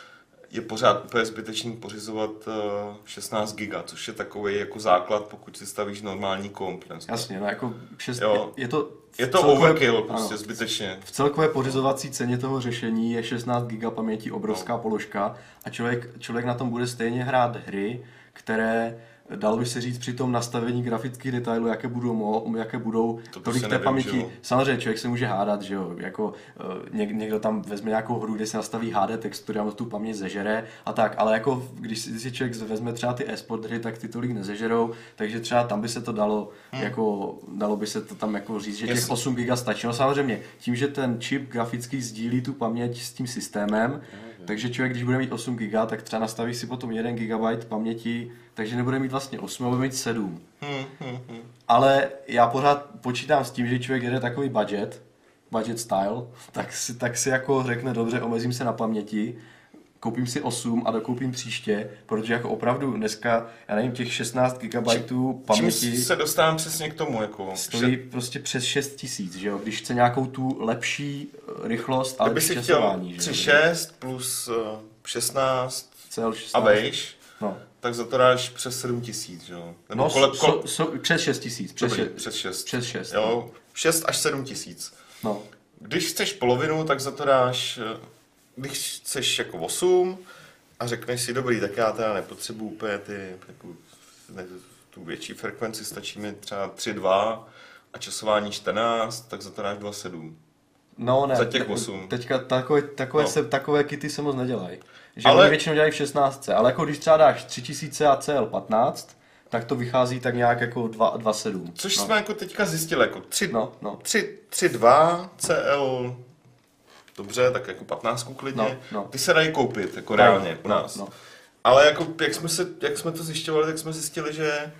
je pořád úplně zbytečný pořizovat uh, šestnáct giga, což je takový jako základ, pokud si stavíš normální komp. Jasně, no jako šest, Jo. je to... Je to celkové- overkill, prostě ano. zbytečně. V celkové pořizovací ceně toho řešení je šestnáct giga paměti obrovská No. položka a člověk, člověk na tom bude stejně hrát hry, které, dalo by se říct, při tom nastavení grafických detailů, jaké budou, mo, jaké budou To tolik prostě té nevím, paměti. že jo. Samozřejmě člověk se může hádat, že jo, jako uh, něk, někdo tam vezme nějakou hru, kde se nastaví H D textury a tu paměť zežere a tak, ale jako když si, si člověk vezme třeba ty e-sport hry, tak ty tolik nezežerou, takže třeba tam by se to dalo, hmm. jako, dalo by se to tam jako říct, že těch Jasně. osm giga stačí. No samozřejmě, tím, že ten čip grafický sdílí tu paměť s tím systémem, takže člověk, když bude mít osm giga, tak třeba nastaví si potom jeden gigabyte paměti, takže nebude mít vlastně osm, ale bude mít sedm. Hmm, hmm, hmm. Ale já pořád počítám s tím, že člověk jede takový budget, budget style, tak si, tak si jako řekne, dobře, omezím se na paměti, koupím si osm a dokoupím příště, protože jako opravdu dneska, já nevím, těch šestnáct gigabajtů paměti Čím se dostávám přesně k tomu, jako, stojí prostě přes šest tisíc, že jo, když chce nějakou tu lepší eh, rychlost a kdyby lepší si chtěl časování, že tři jo. šest plus uh, šestnáct C L a šestnáct. vejš, No, tak za to dáš přes sedm tisíc, jo? Nebo no kole, so, kole, so, so, přes šest tisíc, přes, dobrý, šest, přes šest. přes šest. Jo, šest až sedm tisíc. No. Když chceš polovinu, tak za to dáš, eh, když chceš jako osm a řekneš si, dobrý, tak já teda nepotřebuji úplně ty, jako, ne, tu větší frekvenci, stačí mi třeba tři dva a časování čtrnáct, tak za to dáš dva sedm. No ne, Za těch te- osm. teďka takové, takové, No. se, takové kity se moc nedělají. Že Ale- ale... oni většinou dělají v šestnáctce, ale jako když třeba dáš tři tisíce a C L patnáct, tak to vychází tak nějak jako dva sedm. Což no. jsme jako teďka zjistili, jako tři, No, no. tři, tři dva C L, dobře, tak jako patnáct klidně, No, no. ty se dají koupit, jako No, reálně u no, nás. no. Ale jako, jak jsme, se, jak jsme to zjišťovali, tak jsme zjistili, že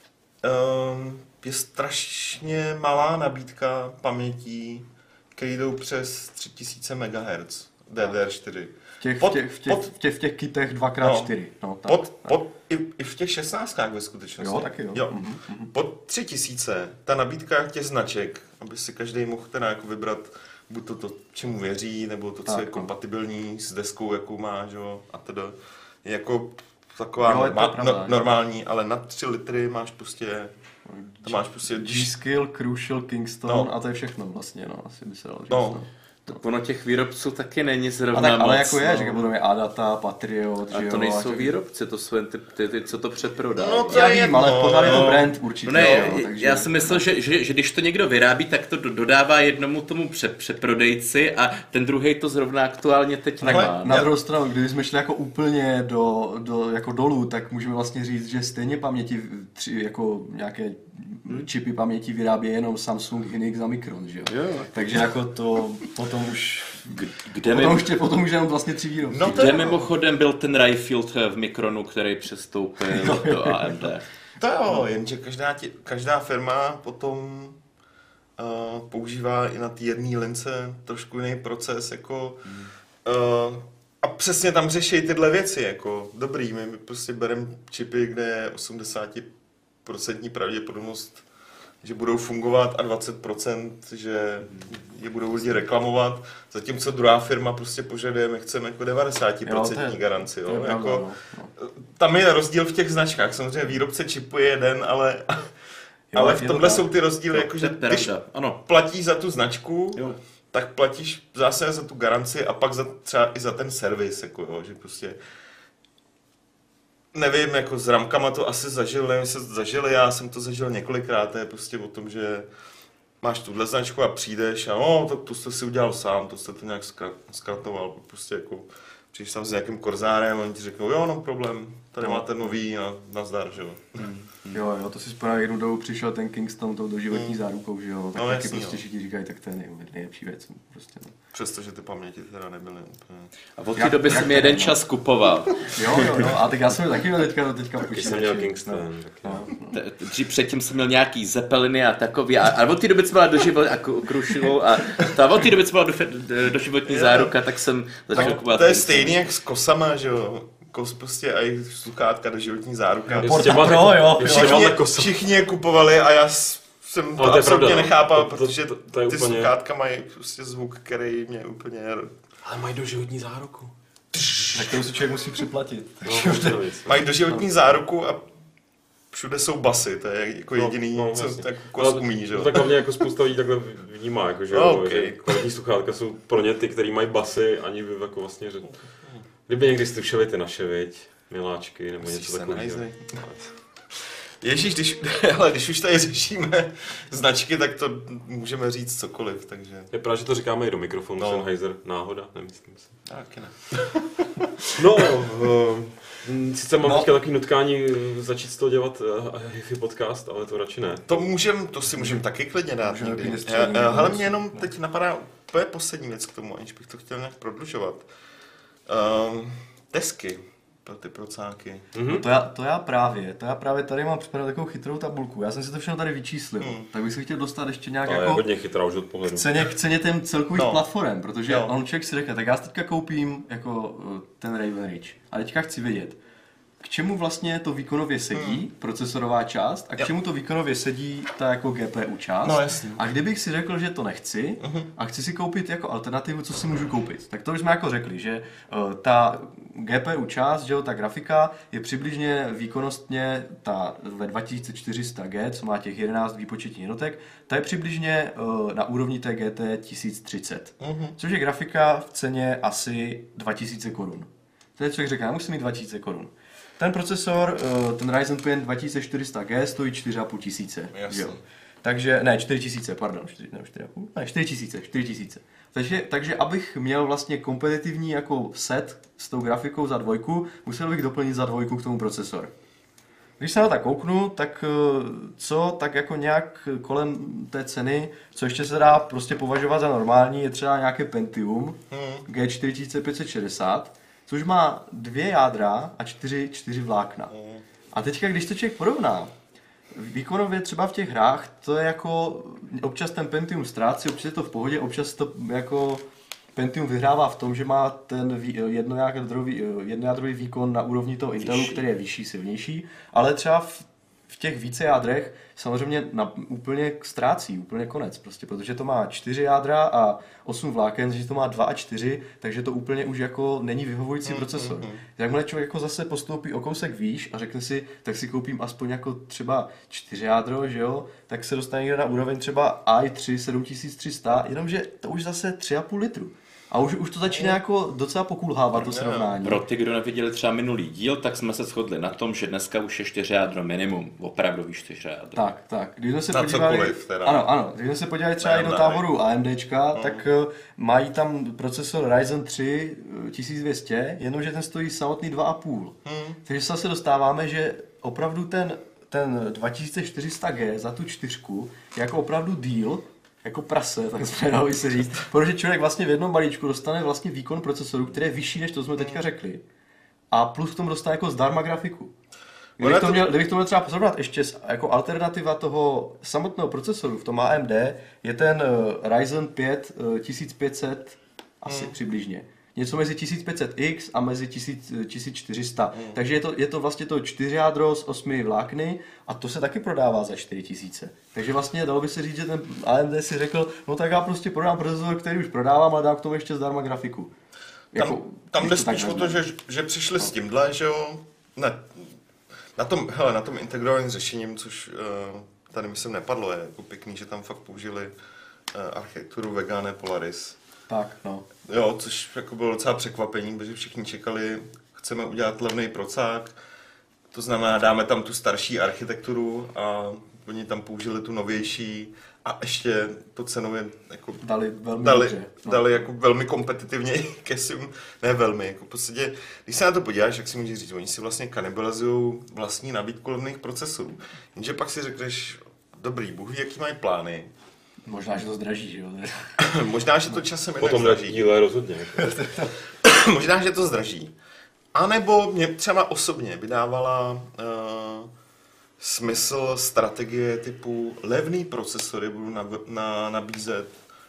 um, je strašně malá nabídka pamětí, které jdou přes tři tisíce megahertzů, D D R čtyři. V těch, Pod- v těch, v těch, pod- v těch, v těch kitech dva krát čtyři. No, tak, Pod, tak. pod, i, I v těch šestnáctkách ve skutečnosti. Jo, taky jo. jo. Mhm, mhm. Pod tři tisíce ta nabídka těch značek, aby si každý mohl teda jako vybrat buď to, to čemu věří, nebo to, co Tak, je no. kompatibilní s deskou, jakou má, že jo, a teda. Je jako taková Jo, je to norma, pravda, no, jo. normální, ale na tři litry máš prostě, tam máš prostě, G-Skill, Crucial, Kingston No. a to je všechno vlastně, no, asi by se dalo říct. No. No. Ono těch výrobců taky není A zrovna tak, ale moc, jako je, no. že budeme Adata, Patriot, A že to jo, nejsou tak- výrobci, to jsou jen ty, ty, ty co to přeprodávají. No to Já je vím, jedno, ale pořád je to no. brand určitě. No ne, jo, takže... já si myslel, že, že, že když to někdo vyrábí, tak to do- dodává jednomu tomu pře, přeprodejci a ten druhý to zrovna aktuálně teď Takhle, nemá. Na Já- druhou stranu, kdybychom šli jako úplně do, do, jako dolů, tak můžeme vlastně říct, že stejně paměti, tři, jako nějaké čipy paměti vyrábí jenom Samsung, Hynix a Micron, že jo? Jo. Takže jako to potom už, Kde, potom mimo, už, tě, potom už jenom vlastně tři výrobky. No to kde je- mimochodem byl ten Rayfield v Micronu, který přestoupil do A M D. To jo, jenže každá, tě, každá firma potom uh, používá i na té jedné lince trošku jiný proces, jako uh, a přesně tam řeší tyhle věci, jako dobrý, my prostě bereme čipy, kde je osmdesát procent pravděpodobnost, že budou fungovat a dvacet procent, že je budou lidi reklamovat, zatímco druhá firma prostě požaduje, my chceme jako devadesát procent Jo, to je- garanci, to jo, je pravda, jako, no, no. tam je rozdíl v těch značkách, samozřejmě výrobce čipu je jeden, ale, ale v je to tomhle tak. jsou ty rozdíly, To jakože je když pravda, ano. platíš za tu značku, Jo. tak platíš zase za tu garanci a pak za, třeba i za ten servis, jako jo, že prostě nevím, jako s ramkama to asi zažil, nevím, jestli to zažili, já jsem to zažil několikrát, to je prostě o tom, že máš tuhle značku a přijdeš a no, to, to jste si udělal sám, to jste to nějak zkra- zkratoval, prostě jako přijdeš tam s nějakým korzárem a oni ti řeknou, jo, no problém, tady No. máte nový a nazdar, že jo. Jo, jo, to si vzpomínám, jednu dobu přišel ten Kingston tou doživotní zárukou, že jo, tak No, taky jasný, prostě jo. všichni říkají, tak to je nej, nejlepší věc, prostě. No. Přestože ty paměti teda nebyly úplně... A od té Jak- doby jak jsem to jeden no? čas kupoval. Jo, jo, no, a tak já jsem je taky měl teďka, teďka Taky počítači. jsem měl Kingston. No, taky. no, no. T- Dřív předtím jsem měl nějaký Zeppeliny a takový, a, a od té doby, co byla doživot, a Crucial, a ta, od té doby, co byla do, doživotní Jo. záruka, tak jsem začal Tak kupovat. to je Kingston. stejný jak s kosama, že jo. Kos prostě a i sluchátka do životní záruka. Jo, Porta Ještě Pro, máte- jo, ještě jo. Všichni, máte kosa. všichni je kupovali a já s- jsem to Ale to je absolutně pravda, no. nechápal, To- to- protože to- to je ty úplně- sluchátka mají prostě zvuk, který mě úplně... Ale mají doživotní záruku. Tak to si člověk musí připlatit. No, to nic. Mají doživotní záruku a všude jsou basy, to je jako jediný, no, no, co jasně. tak kos umí, že No, jo. tak hlavně jako spousta lidí takhle vnímá, jako, že, No, jo, okay. že kvalitní sluchátka jsou pro ně ty, který mají basy, ani by jako vlastně, že... Kdyby někdy slyšeli ty naše, viď, miláčky, nebo něco takového. Ježíš, když, hele, když už tady řešíme značky, tak to můžeme říct cokoliv, takže... Je pravda, že to říkáme i do mikrofonu, No. Sennheiser, náhoda, nemyslím si. Taky ne. No, uh, sice mám No. teďka takový nutkání začít z toho dělat uh, hi-fi podcast, ale to radši ne. To můžem, to si můžem taky klidně dát Můžeme někdy. klidně Já- střední já- Hele, věc. mě jenom teď napadá úplně poslední věc k tomu, aniž bych to chtěl nějak prodlužovat. Um, desky pro ty procáky. Mhm. To já, to já právě, to já právě tady mám připravenou takovou chytrou tabulku. Já jsem si to všechno tady vyčíslil. Hmm. Tak bych se chtěl dostat ještě nějak To je jako hodně chytrá už od k pohledu. ceně, k ceně těm celkových No. platform, protože Jo. on člověk si řekne, tak já si teďka koupím jako uh, ten Raven Ridge. A teďka chci vědět, k čemu vlastně to výkonově sedí, Hmm. procesorová část, a k Jo. čemu to výkonově sedí ta jako G P U část. No, jasně. A kdybych si řekl, že to nechci a chci si koupit jako alternativu, co si můžu koupit, tak to už jsme jako řekli, že uh, ta G P U část, že jo, ta grafika je přibližně výkonnostně ta ve dva tisíce čtyři sta G, co má těch jedenáct výpočetních jednotek, ta je přibližně uh, na úrovni té G T tisíc třicet, Mhm. což je grafika v ceně asi dva tisíce korun. To je člověk říká, já musím mít dva tisíce korun. Ten procesor, uh, ten Ryzen pět dva tisíce čtyři sta G stojí čtyři a půl tisíce. Jasně. že jo. Takže, ne, čtyři tisíce, pardon, čtyři, ne, čtyři a půl, ne, čtyři tisíce, čtyři tisíce. Takže, takže abych měl vlastně kompetitivní jako set s tou grafikou za dvojku, musel bych doplnit za dvojku k tomu procesor. Když se na tak kouknu, tak eh, co tak jako nějak kolem té ceny, co ještě se dá prostě považovat za normální, je třeba nějaké Pentium Hmm. G čtyři pět set šedesát, což má dvě jádra a čtyři, čtyři vlákna. Hmm. A teďka, když to člověk porovná, výkonově třeba v těch hrách, to je jako, občas ten Pentium ztrácí, občas je to v pohodě, občas to jako Pentium vyhrává v tom, že má ten vý- jednojádrový, jednojádrový výkon na úrovni toho Intelu, Vyšší. který je vyšší, silnější, ale třeba v, v těch více jádrech samozřejmě na, úplně ztrácí, úplně konec, prostě, protože to má čtyři jádra a osm vláken, že to má dva a čtyři, takže to úplně už jako není vyhovující procesor. Jakmile člověk jako zase postoupí o kousek výš a řekne si, tak si koupím aspoň jako třeba čtyři jádro, že jo, tak se dostane někde na úroveň třeba i tři sedm tisíc tři sta, jenomže to už zase tři a půl litru. A už, už to začíná jako docela pokulhávat to srovnání. Pro ty, kdo neviděli třeba minulý díl, tak jsme se shodli na tom, že dneska už je čtyři jádro minimum, opravdový čtyři jádro. Tak, tak. Když jsme se Na podívali, cokoliv teda. ano, ano, když jsme se podívali třeba i do Ne, táboru AMDčka, tak uh, mají tam procesor Ryzen tři uh, tisíc dvě stě, jenomže ten stojí samotný dva a půl. Hmm. Takže se zase dostáváme, že opravdu ten, ten dva tisíce čtyři sta G za tu čtyřku je jako opravdu deal, jako prase, tak jsme dalo se říct, protože člověk vlastně v jednom balíčku dostane vlastně výkon procesoru, který je vyšší, než to jsme teďka řekli. A plus k tomu dostane jako zdarma grafiku. Kdybych to, měl, kdybych to měl třeba porovnat ještě s- jako alternativa toho samotného procesoru v tom A M D, je ten uh, Ryzen pět uh, tisíc pět set asi Hmm. přibližně. Něco mezi tisíc pět set X a mezi tisíc, tisíc čtyři sta. Hmm. Takže je to, je to vlastně to čtyři jádro s osmi vlákny a to se taky prodává za čtyři tisíce. Takže vlastně dalo by se říct, že ten A M D si řekl, no tak já prostě prodám procesor, který už prodávám, ale dám k tomu ještě zdarma grafiku. Jako, Tam, tam když jde to tak spíš o to, vezmeme. že, že přišli s tímhle, že jo, ne, na tom, hele, na tom integrovaným řešením, což uh, tady myslím nepadlo, je jako pěkný, že tam fakt použili uh, architekturu Vegane Polaris. Tak, no. Jo, což jako bylo docela překvapení, protože všichni čekali, chceme udělat levný procák, to znamená, dáme tam tu starší architekturu a oni tam použili tu novější a ještě to cenově jako Dali velmi dali, dobře. No. dali jako velmi kompetitivně ke svým, ne velmi, jako v podstatě, když se na to podíváš, jak si můžeš říct, oni si vlastně kanibalizují vlastní nabídku levných procesorů. Jenže pak si řekneš, dobrý, Bůh ví, jaký mají plány. Možná, že to zdraží, že jo? Možná, že to časem jinak Potom zdraží. díle rozhodně. Možná, že to zdraží. A nebo mě třeba osobně by dávala uh, smysl strategie typu levný procesory budu na, na, nabízet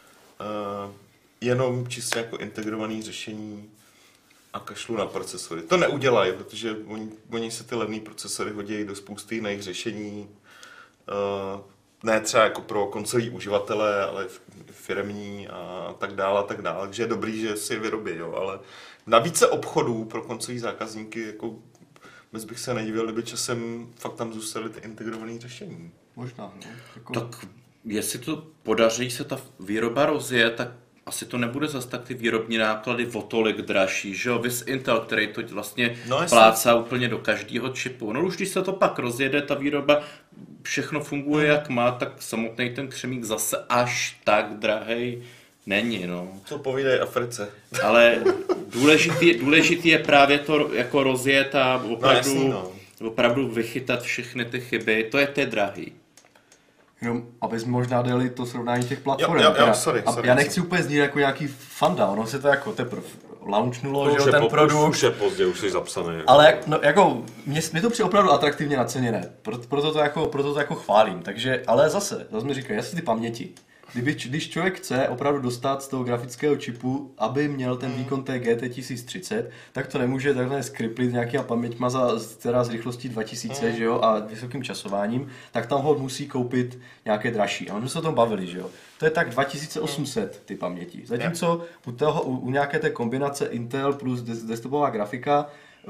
uh, jenom čistě jako integrovaný řešení a kašlu na procesory. To neudělají, protože oni, oni se ty levný procesory hodí do spousty jiných řešení. Uh, ne třeba jako pro konsolí uživatele, ale firmní a tak dále a tak dále, takže je dobrý, že si je vyrobí, jo, ale na více obchodů pro konsolí zákazníky jako bez bych se nedivil, kdyby časem fakt tam zůstaly ty integrované řešení. Možná, no. Jako... Tak jestli to podaří se ta výroba rozjet, tak asi to nebude zas tak ty výrobní náklady o tolik dražší, že jo? Vys Intel, který to vlastně no, plácá úplně do každého čipu. No už když se to pak rozjede, ta výroba, všechno funguje jak má, tak samotný ten křemík zase až tak drahej není, no. Co povídej Africe. Ale důležitý, důležitý je právě to jako rozjet a opravdu, no, jasný, no. opravdu vychytat všechny ty chyby, to je ty drahý. Jenom, abys možná dali to srovnání těch platform. Jo, jo, jo, já, sorry, a sorry, já nechci sorry. úplně znít jako nějaký fanda, ono se to jako teprve launchnulo, To že už jo, je ten po- produkt. Už, už je pozdě, už jsi zapsaný. Jako. Ale jak, no, jako, mě, mě to přijde opravdu atraktivně naceněné, proto, proto, to jako, proto to jako chválím, takže, ale zase, zase mi říkají, jasně ty paměti. Kdyby, když člověk chce opravdu dostat z toho grafického čipu, aby měl ten výkon té G T tisíc třicet, tak to nemůže takhle skriplit nějakýma paměťma za, teda z rychlostí dva tisíce, že jo, a vysokým časováním, tak tam ho musí koupit nějaké dražší. A my jsme se o tom bavili, že jo. To je tak dva tisíce osm set ty paměti. Zatímco u, toho, u, u nějaké té kombinace Intel plus des, desktopová grafika,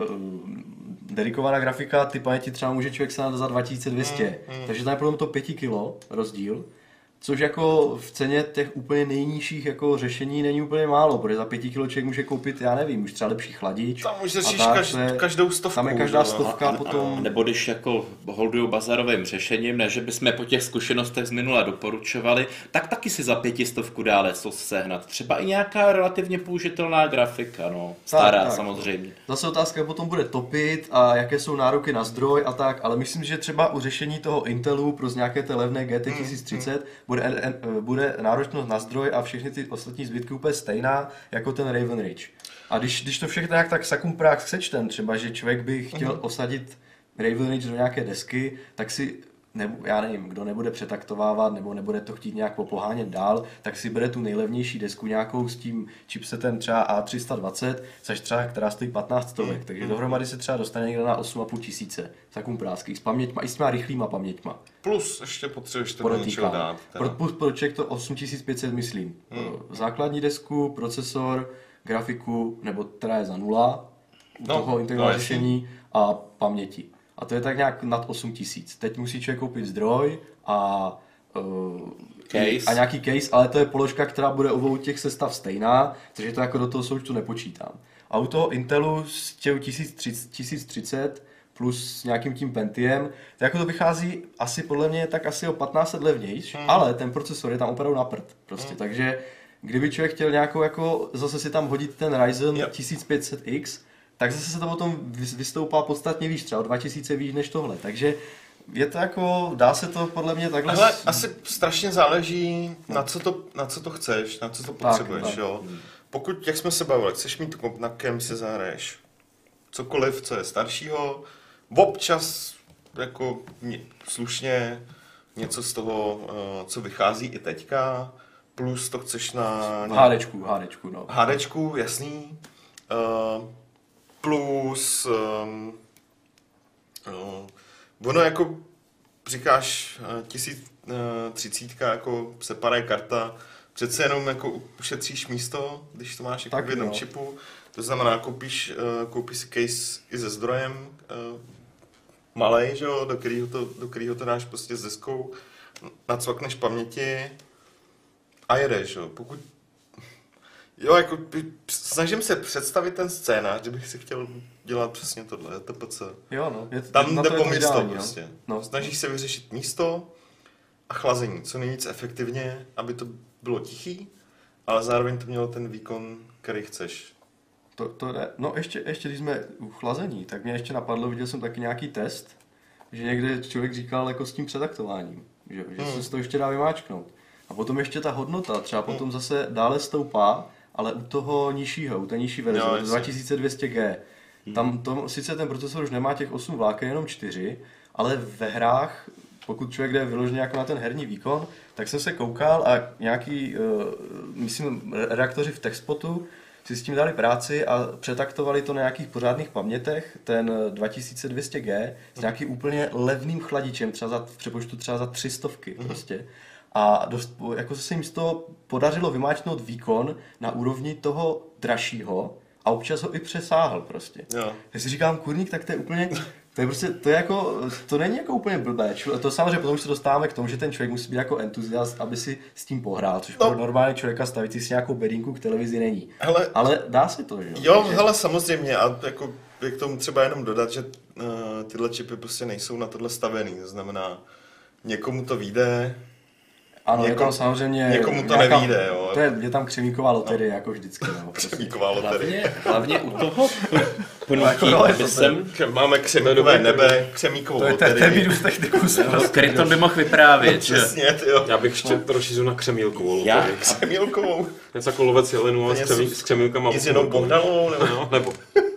dedikovaná grafika, ty paměti třeba může člověk se za dva tisíce dvě stě. Mm, mm. Takže tam je potom to pět kilo rozdíl, což jako v ceně těch úplně nejnižších jako řešení není úplně málo, protože za pět kilo člověk může koupit, já nevím, už třeba lepší chladič. Tam už řešíš tak, každ, je, každou stovku. tam je každá že? stovka A- a- potom... Nebo když jako holduju bazarovým řešením, ne, že bychom po těch zkušenostech z minula doporučovali, tak taky si za pětistovku dále co sehnat. Třeba i nějaká relativně použitelná grafika, no. Stará Tak, tak. samozřejmě. Zase otázka potom bude topit a jaké jsou nároky na zdroj a tak, ale myslím, že třeba u řešení toho Intelu pro nějaké té levné G T tisíc třicet bude, en, en, bude náročnost na zdroj a všechny ty ostatní zbytky úplně stejná jako ten Raven Ridge. A když, když to všechno nějak tak sakumprák sečten, třeba, že člověk by chtěl osadit Raven Ridge do nějaké desky, tak si, ne, já nevím, kdo nebude přetaktovávat nebo nebude to chtít nějak popohánět dál, tak si bere tu nejlevnější desku nějakou s tím chipsetem třeba A tři sta dvacet, což třeba, která stojí patnáct stovek, takže dohromady se třeba dostane někde na osm a půl tisíce sakumpráských s paměťma, i s těma rychlýma paměťma. Plus ještě potřebuješ to do něčeho Podotýkám. dát. teda. Pro, plus pro check to osm tisíc pět set myslím. Hmm. Základní desku, procesor, grafiku, nebo která je za nula, u No, toho integrální no, jasně. řešení a paměti. A to je tak nějak nad osm tisíc. Teď musí člověk koupit zdroj a, uh, Case. a nějaký case, ale to je položka, která bude u obou těch sestav stejná, takže to jako do toho součtu nepočítám. A u toho Intelu s těm tisíc třicet plus s nějakým tím Pentiem, to jako to vychází asi podle mě tak asi o patnáct set levnější, Hmm. ale ten procesor je tam opravdu na prd. Prostě. Hmm. Takže kdyby člověk chtěl nějakou jako, zase si tam hodit ten Ryzen Jo. tisíc pět set X, tak zase se to potom vys- vystoupá podstatně výš, třeba o dva tisíce výš než tohle. Takže je to jako, dá se to podle mě takhle... Ale s- asi strašně záleží, na co to, na co to chceš, na co to potřebuješ, tak. jo. Pokud, jak jsme se bavili, chceš mít komp, na kterém si zahraješ cokoliv, co je staršího, občas jako ně- slušně něco z toho, eh, co vychází i teďka, plus to chceš na HDčku, HDčku, no. HDčku, jasný, uh, plus um, uh, ono jako říkáš uh, tisíc uh, třicítka jako separé karta, přece jenom jako ušetříš místo, když to máš jako Tak v jednom no. čipu, to znamená koupíš, uh, koupíš si case i se zdrojem uh, malej, že jo, do kterého to, do kterého to dáš prostě s deskou, nacvakneš paměti a jedeš, jo. Pokud Jo, jako snažím se představit ten scénář, kdybych si chtěl dělat přesně tohle, T P C. Jo, no. Je to, Tam na jde to je po to místo ideální, prostě. No. No. Snažíš se vyřešit místo a chlazení, co nejvíc efektivně, aby to bylo tichý, ale zároveň to mělo ten výkon, který chceš. To, to ne. No ještě, ještě když jsme u chlazení, tak mě ještě napadlo, viděl jsem taky nějaký test, že někde člověk říkal jako s tím přetaktováním, že, že Hmm. se to ještě dá vymáčknout. A potom ještě ta hodnota třeba potom zase dále stoupá, ale u toho nižšího, u té nižší verze, Jo, jasně. dva tisíce dvě stě G. Tam to, sice ten procesor už nemá těch osm vláken, jenom čtyři, ale ve hrách, pokud člověk jde vyloženě jako na ten herní výkon, tak jsem se koukal a nějaký, uh, myslím, redaktoři v TechSpotu si s tím dali práci a přetaktovali to na nějakých pořádných pamětech, ten dva tisíce dvě stě G, s nějakým úplně levným chladičem, třeba za, v přepočtu třeba za tři stovky prostě. A dost, jako se jim z toho podařilo vymáčknout výkon na úrovni toho dražšího a občas ho i přesáhl prostě. Jo. Já si říkám, kurník, tak to je úplně, to je prostě, to je jako, to není jako úplně blbé. To samozřejmě potom už se dostáváme k tomu, že ten člověk musí být jako entuziast, aby si s tím pohrál, což No. pro normální člověka stavící si nějakou bedínku k televizi není. Hele, Ale dá se to, že jo? jo, Takže- hele, samozřejmě a jako je k tomu třeba jenom dodat, že uh, tyhle čipy prostě nejsou na tohle stavěný, to znamená, někomu to vyjde, Ano, je Někom- tam samozřejmě... někomu to nějaká- nevyjde, jo. To je, je tam křemíková loterie, no. Jako vždycky. No, prostě. Křemíková loterie. Hlavně, hlavně u toho jako pnutí, no, je by to jsem... Kře- Máme křemíkové nebe, křemíkovou To je ten loterii. terminus technicus. No, Kryton by mohl vyprávět, že? Přesně, jo. Já bych ještě to rozšířil na křemílkovou Já? loterii. Křemílkovou. Něco jako lovec jelenů, ale s, Něco křemí, s- s křemílkama. I s jenom Bohdalovou, nebo? No, nebo.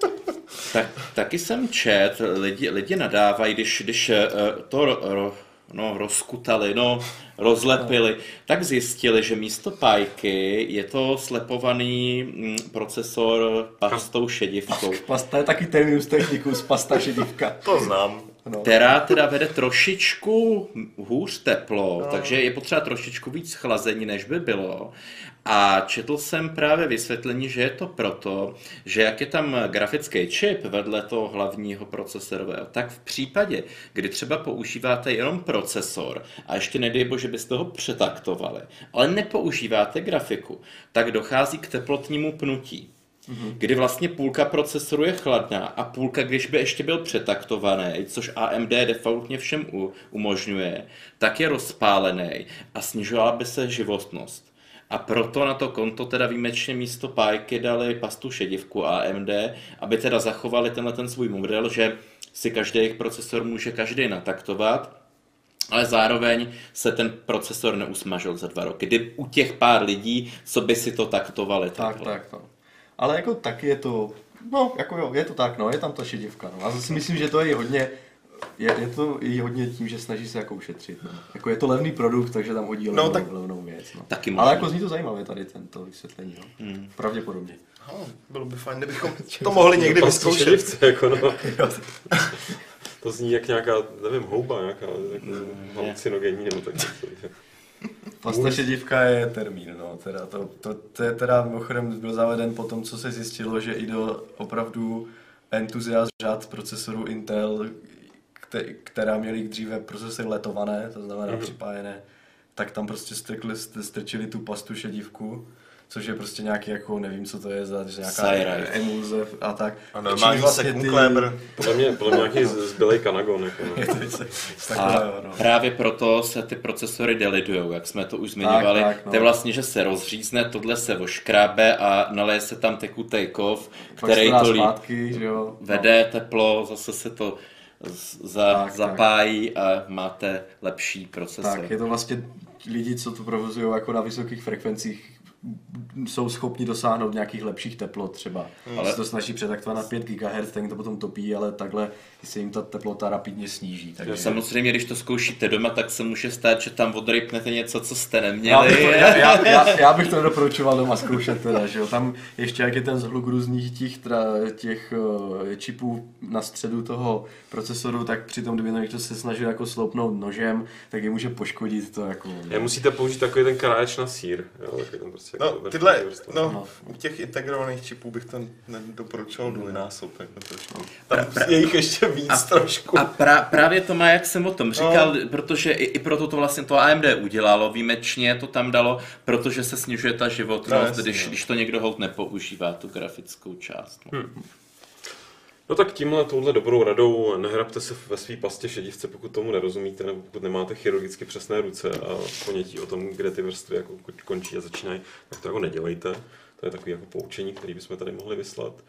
Tak, taky jsem čet, lidi, lidi nadávají, když, když eh, to ro, ro, no, rozkutali, no, rozlepili, tak zjistili, že místo pájky je to slepovaný mm, procesor pastou šedivkou, Pasta je taky terminus technicus, pasta šedivka. To znám. No. která teda vede trošičku hůř teplo, no. takže je potřeba trošičku víc chlazení, než by bylo. A četl jsem právě vysvětlení, že je to proto, že jak je tam grafický čip vedle toho hlavního procesorového, tak v případě, kdy třeba používáte jenom procesor a ještě nedej bože byste ho přetaktovali, ale nepoužíváte grafiku, tak dochází k teplotnímu pnutí. Kdy vlastně půlka procesoru je chladná a půlka, když by ještě byl přetaktovaný, což A M D defaultně všem u, umožňuje, tak je rozpálený a snižovala by se životnost. A proto na to konto teda výjimečně místo pájky dali pastu šedivku A M D, aby teda zachovali tenhle ten svůj model, že si každý jejich procesor může každý nataktovat, ale zároveň se ten procesor neusmažil za dva roky. Kdy u těch pár lidí, co by si to taktovali. Tak, takhle. tak, no. Ale jako taky je to, no, jako jo, je to tak, no, je tam ta šedivka, no. A zase myslím, že to je i hodně, je, je to i hodně tím, že snaží se jako ušetřit, no. Jako je to levný produkt, takže tam hodí levnou, No, tak- levnou věc, no. Taky Ale možná. jako zní to zajímavě tady tento vysvětlení, no. Hmm. Pravděpodobně. Oh, bylo by fajn, kdybychom to mohli někdy Pastu vyzkoušet. šedivce, jako no. To zní jak nějaká, nevím, houba, nějaká jako halucinogenní nebo tak. Pasta šedivka je termín, no, teda to, to, to je teda mimochodem byl zaveden po tom, co se zjistilo, že i do opravdu entuziast řad procesorů Intel, kte, která měly dříve procesory letované, to znamená mm-hmm. připájené, tak tam prostě strkli, strčili tu pastu šedivku, což je prostě nějaký, jako nevím, co to je za že nějaká Cyrite. emulze a tak. A normální Čili second Kleber. Podle mě, podle mě nějaký zbylej kanagon. Jako, no. Je to něco A takového, no. právě proto se ty procesory delidujou, jak jsme to už zmiňovali. Tak, tak, no. To je vlastně, že se rozřízne, tohle se oškrábe a naleje se tam tekutej kov, Pak který se dá to líp zpátky, že jo. vede teplo, zase se to z- za, Tak, zapájí a máte lepší procesor. Tak, je to vlastně lidi, co to provozují jako na vysokých frekvencích, jsou schopni dosáhnout nějakých lepších teplot třeba. Ale Ale- se to snaží přetaktovat na pět gigahertzů, tak jim to potom topí, ale takhle se jim ta teplota rapidně sníží. Takže... Samozřejmě, když to zkoušíte doma, tak se může stát, že tam odrypnete něco, co jste Já bych, neměli. to, já, já, já, já bych to nedoporučoval doma zkoušet teda, že jo. Tam ještě jak je ten zhluk různých těch, tra, těch uh, čipů na středu toho procesoru, tak přitom, kdyby někdo se snažil jako sloupnout nožem, tak je může poškodit to jako... Já musíte použít takový ten kráječ na sír. Jo, takový ten prostě No, jako tyhle, vrstevní vrstva. no, u těch integrovaných čipů bych to nedoporučoval dvojnásob, jako trošku. Tam je jich ještě víc A- trošku. A pra, právě to má, jak jsem o tom říkal, no. protože i, i proto to vlastně to A M D udělalo, výjimečně to tam dalo, protože se snižuje ta životnost, No, jasně, když, no. když to někdo hold nepoužívá, tu grafickou část. No. Hmm. No tak tímhle touhle dobrou radou nehrabte se ve své pastě šedivce, pokud tomu nerozumíte, nebo pokud nemáte chirurgicky přesné ruce a ponětí o tom, kde ty vrstvy jako končí a začínají, tak to jako nedělejte. To je takové jako poučení, které bychom tady mohli vyslat.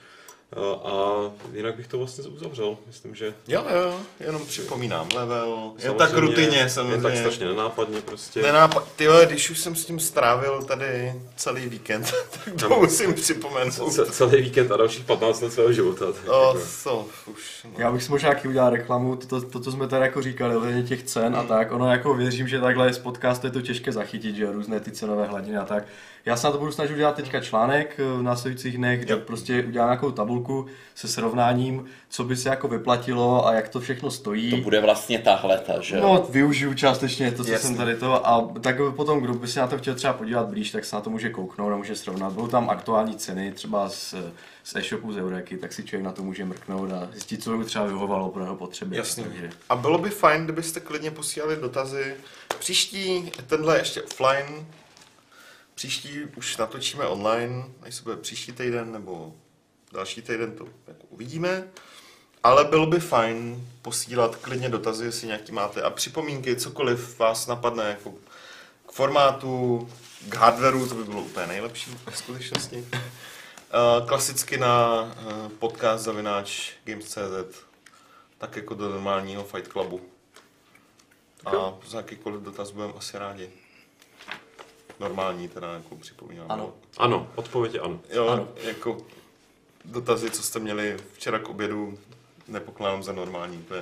A jinak bych to vlastně uzavřel. Myslím, že Jo, jo, jenom připomínám level, jen samozřejmě- tak rutině jen samozřejmě. tak strašně nenápadně prostě. Nenápad, tyhle, když už jsem s tím strávil tady celý víkend, tak to Tam- musím připomenout. C- celý víkend a dalších patnáct let svého života. tak O, jako- to už, no. Já bych si možná taky udělal reklamu, to, to, to, co jsme tady jako říkali, ohledně těch cen a tak, ono jako věřím, že takhle z podcastu je to těžké zachytit, že jo, různé ty cenové hladiny a tak. Já se na to budu snažit udělat teďka článek v následujících dnech, kde Jo. prostě udělám nějakou tabulku se srovnáním, co by se jako vyplatilo a jak to všechno stojí. To bude vlastně tahleta, že jo? No, využiju částečně to, co Jasně. jsem tady to a tak potom, kdo by se na to chtěl třeba podívat blíž, tak se na to může kouknout a může srovnat. Budou tam aktuální ceny třeba z, z e-shopu z Eureky, tak si člověk na to může mrknout a zjistit, co by třeba vyhovovalo pro jeho potřeby. Jasně. Takže A bylo by fajn, kdybyste klidně posílali dotazy. Příští, tenhle ještě offline, příští už natočíme online, až se bude příští týden nebo další týden, to jako uvidíme. Ale bylo by fajn posílat klidně dotazy, jestli nějaký máte a připomínky, cokoliv vás napadne jako k formátu, k hardwareu, to by bylo úplně nejlepší v skutečnosti. Uh, klasicky na uh, podcast zavináč games tečka cé zet, tak jako do normálního Fight Clubu. A za jakýkoliv dotaz budeme asi rádi. Normální teda, jako připomínám. Ano. Ano, odpověď je ano. Jo, Ano. jako dotazy, co jste měli včera k obědu, nepokládám za normální úplně.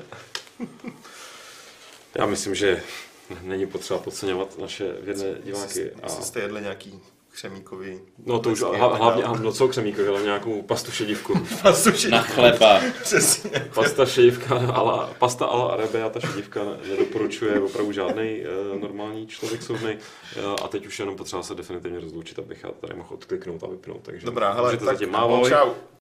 Já myslím, že není potřeba podceňovat naše věrné diváky. Jestli, A... jestli jste jedli nějaký křemíkový... No to už whisky hla- a tak hlavně, dále. no co křemíkovi, ale nějakou pastu šedivku. Pastu šedivku. Na chleba. Přesně. Pasta šedivka, ala, pasta ala Arabia, ta šedivka nedoporučuje opravdu žádný uh, normální člověk soudnej. Uh, a teď už jenom potřeba se definitivně rozloučit, abych já tady mohl odkliknout a vypnout. Takže Dobrá, hele, můžete tak zatím mávat. čau.